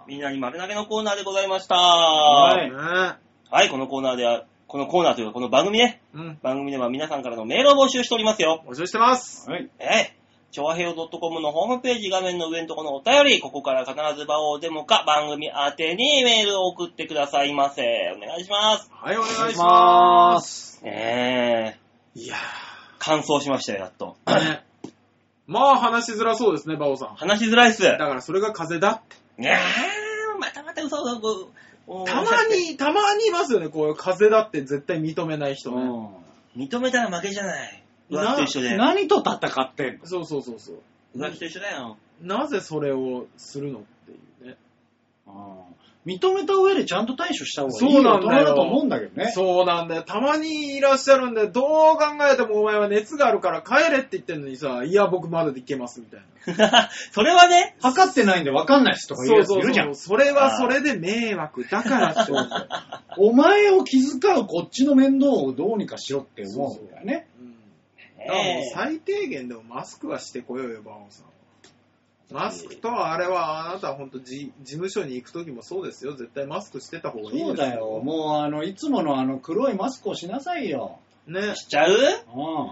みんなに丸投げのコーナーでございました。はい。ね、はい、このコーナーでは、このコーナーというかこの番組ね。うん。番組では皆さんからのメールを募集しておりますよ。 募集してます。 はい。えーちょわへよ .com のホームページ画面の上のところのお便り、ここから必ず場をデモか番組宛てにメールを送ってくださいませ。お願いします。 はい、お願いします。 ねえ。いやー。完走しましたよ、やっと。ね、 まあ、話しづらそうですね、バオさん。 話しづらいっす。だからそれが風邪だって。 ねえ、またまた嘘を。 たまに、たまにいますよね、こういう風邪だって絶対認めない人ね。 うん、認めたら負けじゃない。浮気と一緒で。 何と戦ってんの？ そうそうそうそう。 浮気と一緒だよ。 なぜそれをするのっていうね。 ああ、認めた上でちゃんと対処した方がいいよ。そうなんだよ。だと思うんだけどね。 そうなんだよ。たまにいらっしゃるんで、どう考えてもお前は熱があるから帰れって言ってんのにさ、いや僕まだでいけますみたいな。 それはね、 測ってないんで分かんない人がいるやついるじゃん。そうそうそう。それはそれで迷惑だからって。 お前を気遣うこっちの面倒をどうにかしろって思うんだよね。 そうそう、うん、だからもう最低限でもマスクはしてこようよ、バオさん。マスクとあれはあなたは本当事務所に行くときもそうですよ。絶対マスクしてた方がいいですよ。 そうだよ。もうあのいつものあの黒いマスクをしなさいよ。 ね。しちゃう？うん。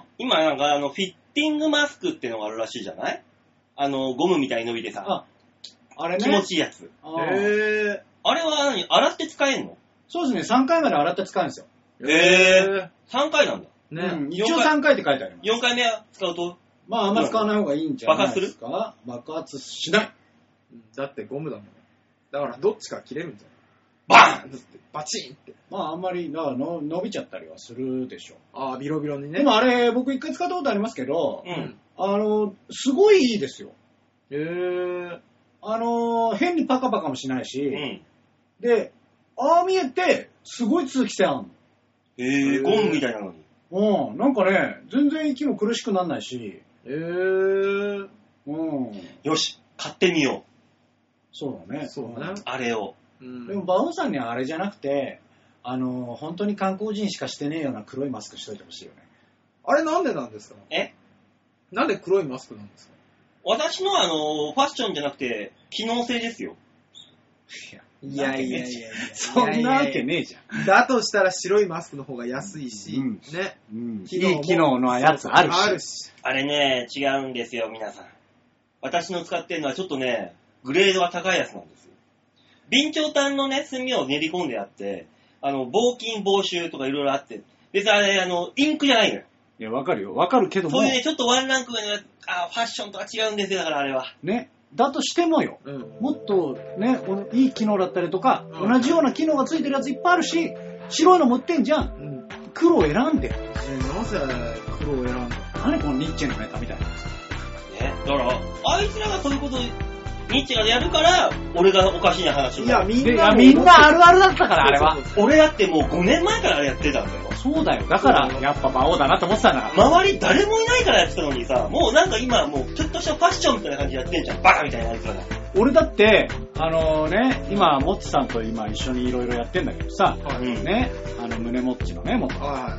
今なんかあのフィッティングマスクってのがあるらしいじゃない？あのゴムみたいに伸びてさ。あ、あれね。気持ちいいやつ。へー。あれは何？洗って使えんの？ そうですね。さんかいまで洗って使えるんですよ。 へー。さんかいなんだ。 ね。うん、一応さんかいって書いてあります。 よんかいめ使うと？ まあ、あんま使わない方がいいんじゃないですか。爆発する？爆発しない。 だってゴムだもん。だからどっちか切れるんじゃない？バーンってバチンって。 まああんまりだからの伸びちゃったりはするでしょう。 ああ、ビロビロにね。 でもあれ僕一回使ったことありますけど、うん、あのすごいいいですよ。 へえ。 あの変にパカパカもしないし、うん、で、ああ見えてすごい通気性あるの。 へえ、ゴムみたいなのに。 うん、なんかね全然息も苦しくならないし。 へー。 うん。 よし、買ってみよう。 そうだね。 そうだね。 あれを。 うん、でも、馬王さんにはあれじゃなくて、あの、本当に観光人しかしてねえような黒いマスクしといてほしいよね。 あれなんでなんですか？ え？ なんで黒いマスクなんですか？ 私のあの、ファッションじゃなくて、機能性ですよ。 いやいやいやいや。 そんなわけねえじゃん。 だとしたら白いマスクの方が安いし、うん、ね、 うん。いい機能のやつあるし。 あるし。 あれね、違うんですよ、皆さん。私の使ってるのはちょっとね、グレードが高いやつなんですよ。備長炭のね、炭を練り込んであって、あの、防菌防臭とかいろいろあって、別にあれ、あの、インクじゃないのよ。 いや、わかるよ。わかるけども。 そういうね、ちょっとワンランク上のあファッションとは違うんですよ、だからあれは。 ね。だとしてもよ、うん、もっとね、いい機能だったりとか、うん、同じような機能がついてるやついっぱいあるし、白いのも売ってんじゃん。うん、黒を選んで。 なぜ黒を選んだ？ 何このニッチェのネタみたいな。ね、 だから、あいつらがそういうこと、ニッチェがやるから、俺がおかしいな話を。 いや、みんな、みんなあるあるだったから、あれは。 俺だってもうごねんまえからあれやってたんだよ。 そうだよ。だから、やっぱ馬王だなと思ってたんだから。 周り誰もいないからやってたのにさ、もうなんか今、もうちょっとしたファッションみたいな感じでやってんじゃん。バカみたいなやつらが。 俺だって、あのね、今、モッチさんと今一緒にいろいろやってんだけどさ、はい、ね、あの、胸モッチのね、モッチ。はい、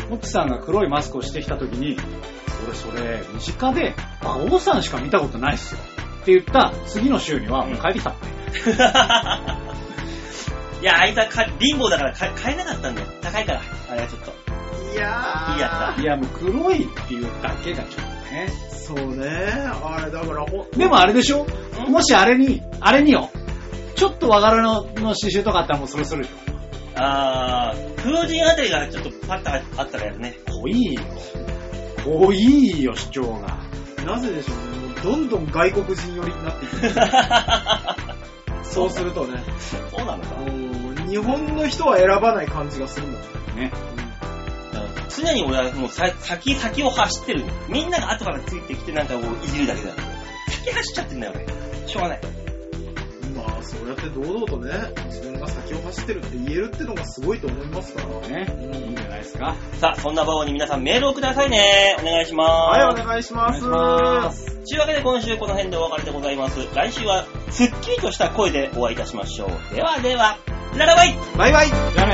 モッチさんが黒いマスクをしてきたときに、俺それ、身近で、馬王さんしか見たことないっすよ。って言った次の週には、もう帰ってきたって。 いや、あいつはか貧乏だから買えなかったんだよ。高いから。あれはちょっと。 いやー。 いいやつだ。 いや、もう黒いっていうだけがちょっとね。 そうね。あれだからほ。 でもあれでしょ？もしあれに、あれによ。ちょっと和柄のの刺繍とかあったらもうそれするでしょ。 あー、風神あたりがちょっとパッとあったらやるね。 濃いよ。濃いよ、主張が。 なぜでしょうね。もうどんどん外国人寄りになっていく。そうするとね。 そうなのか。 日本の人は選ばない感じがするもんね。 うん、常に俺はもうさ先先を走ってる。みんなが後からついてきてなんかこういじるだけだ。先走っちゃってんだよ俺。しょうがない。 まああ、そうやって堂々とね、自分が先を走ってるって言えるってのがすごいと思いますからね。うん、いいんじゃないですか。 さあ、そんな場合に皆さんメールをくださいね。お願いします。 はい、お願いします。お願いします。 というわけで今週この辺でお別れでございます。来週はすっきりとした声でお会いいたしましょう。ではでは、ララバイバイバイ。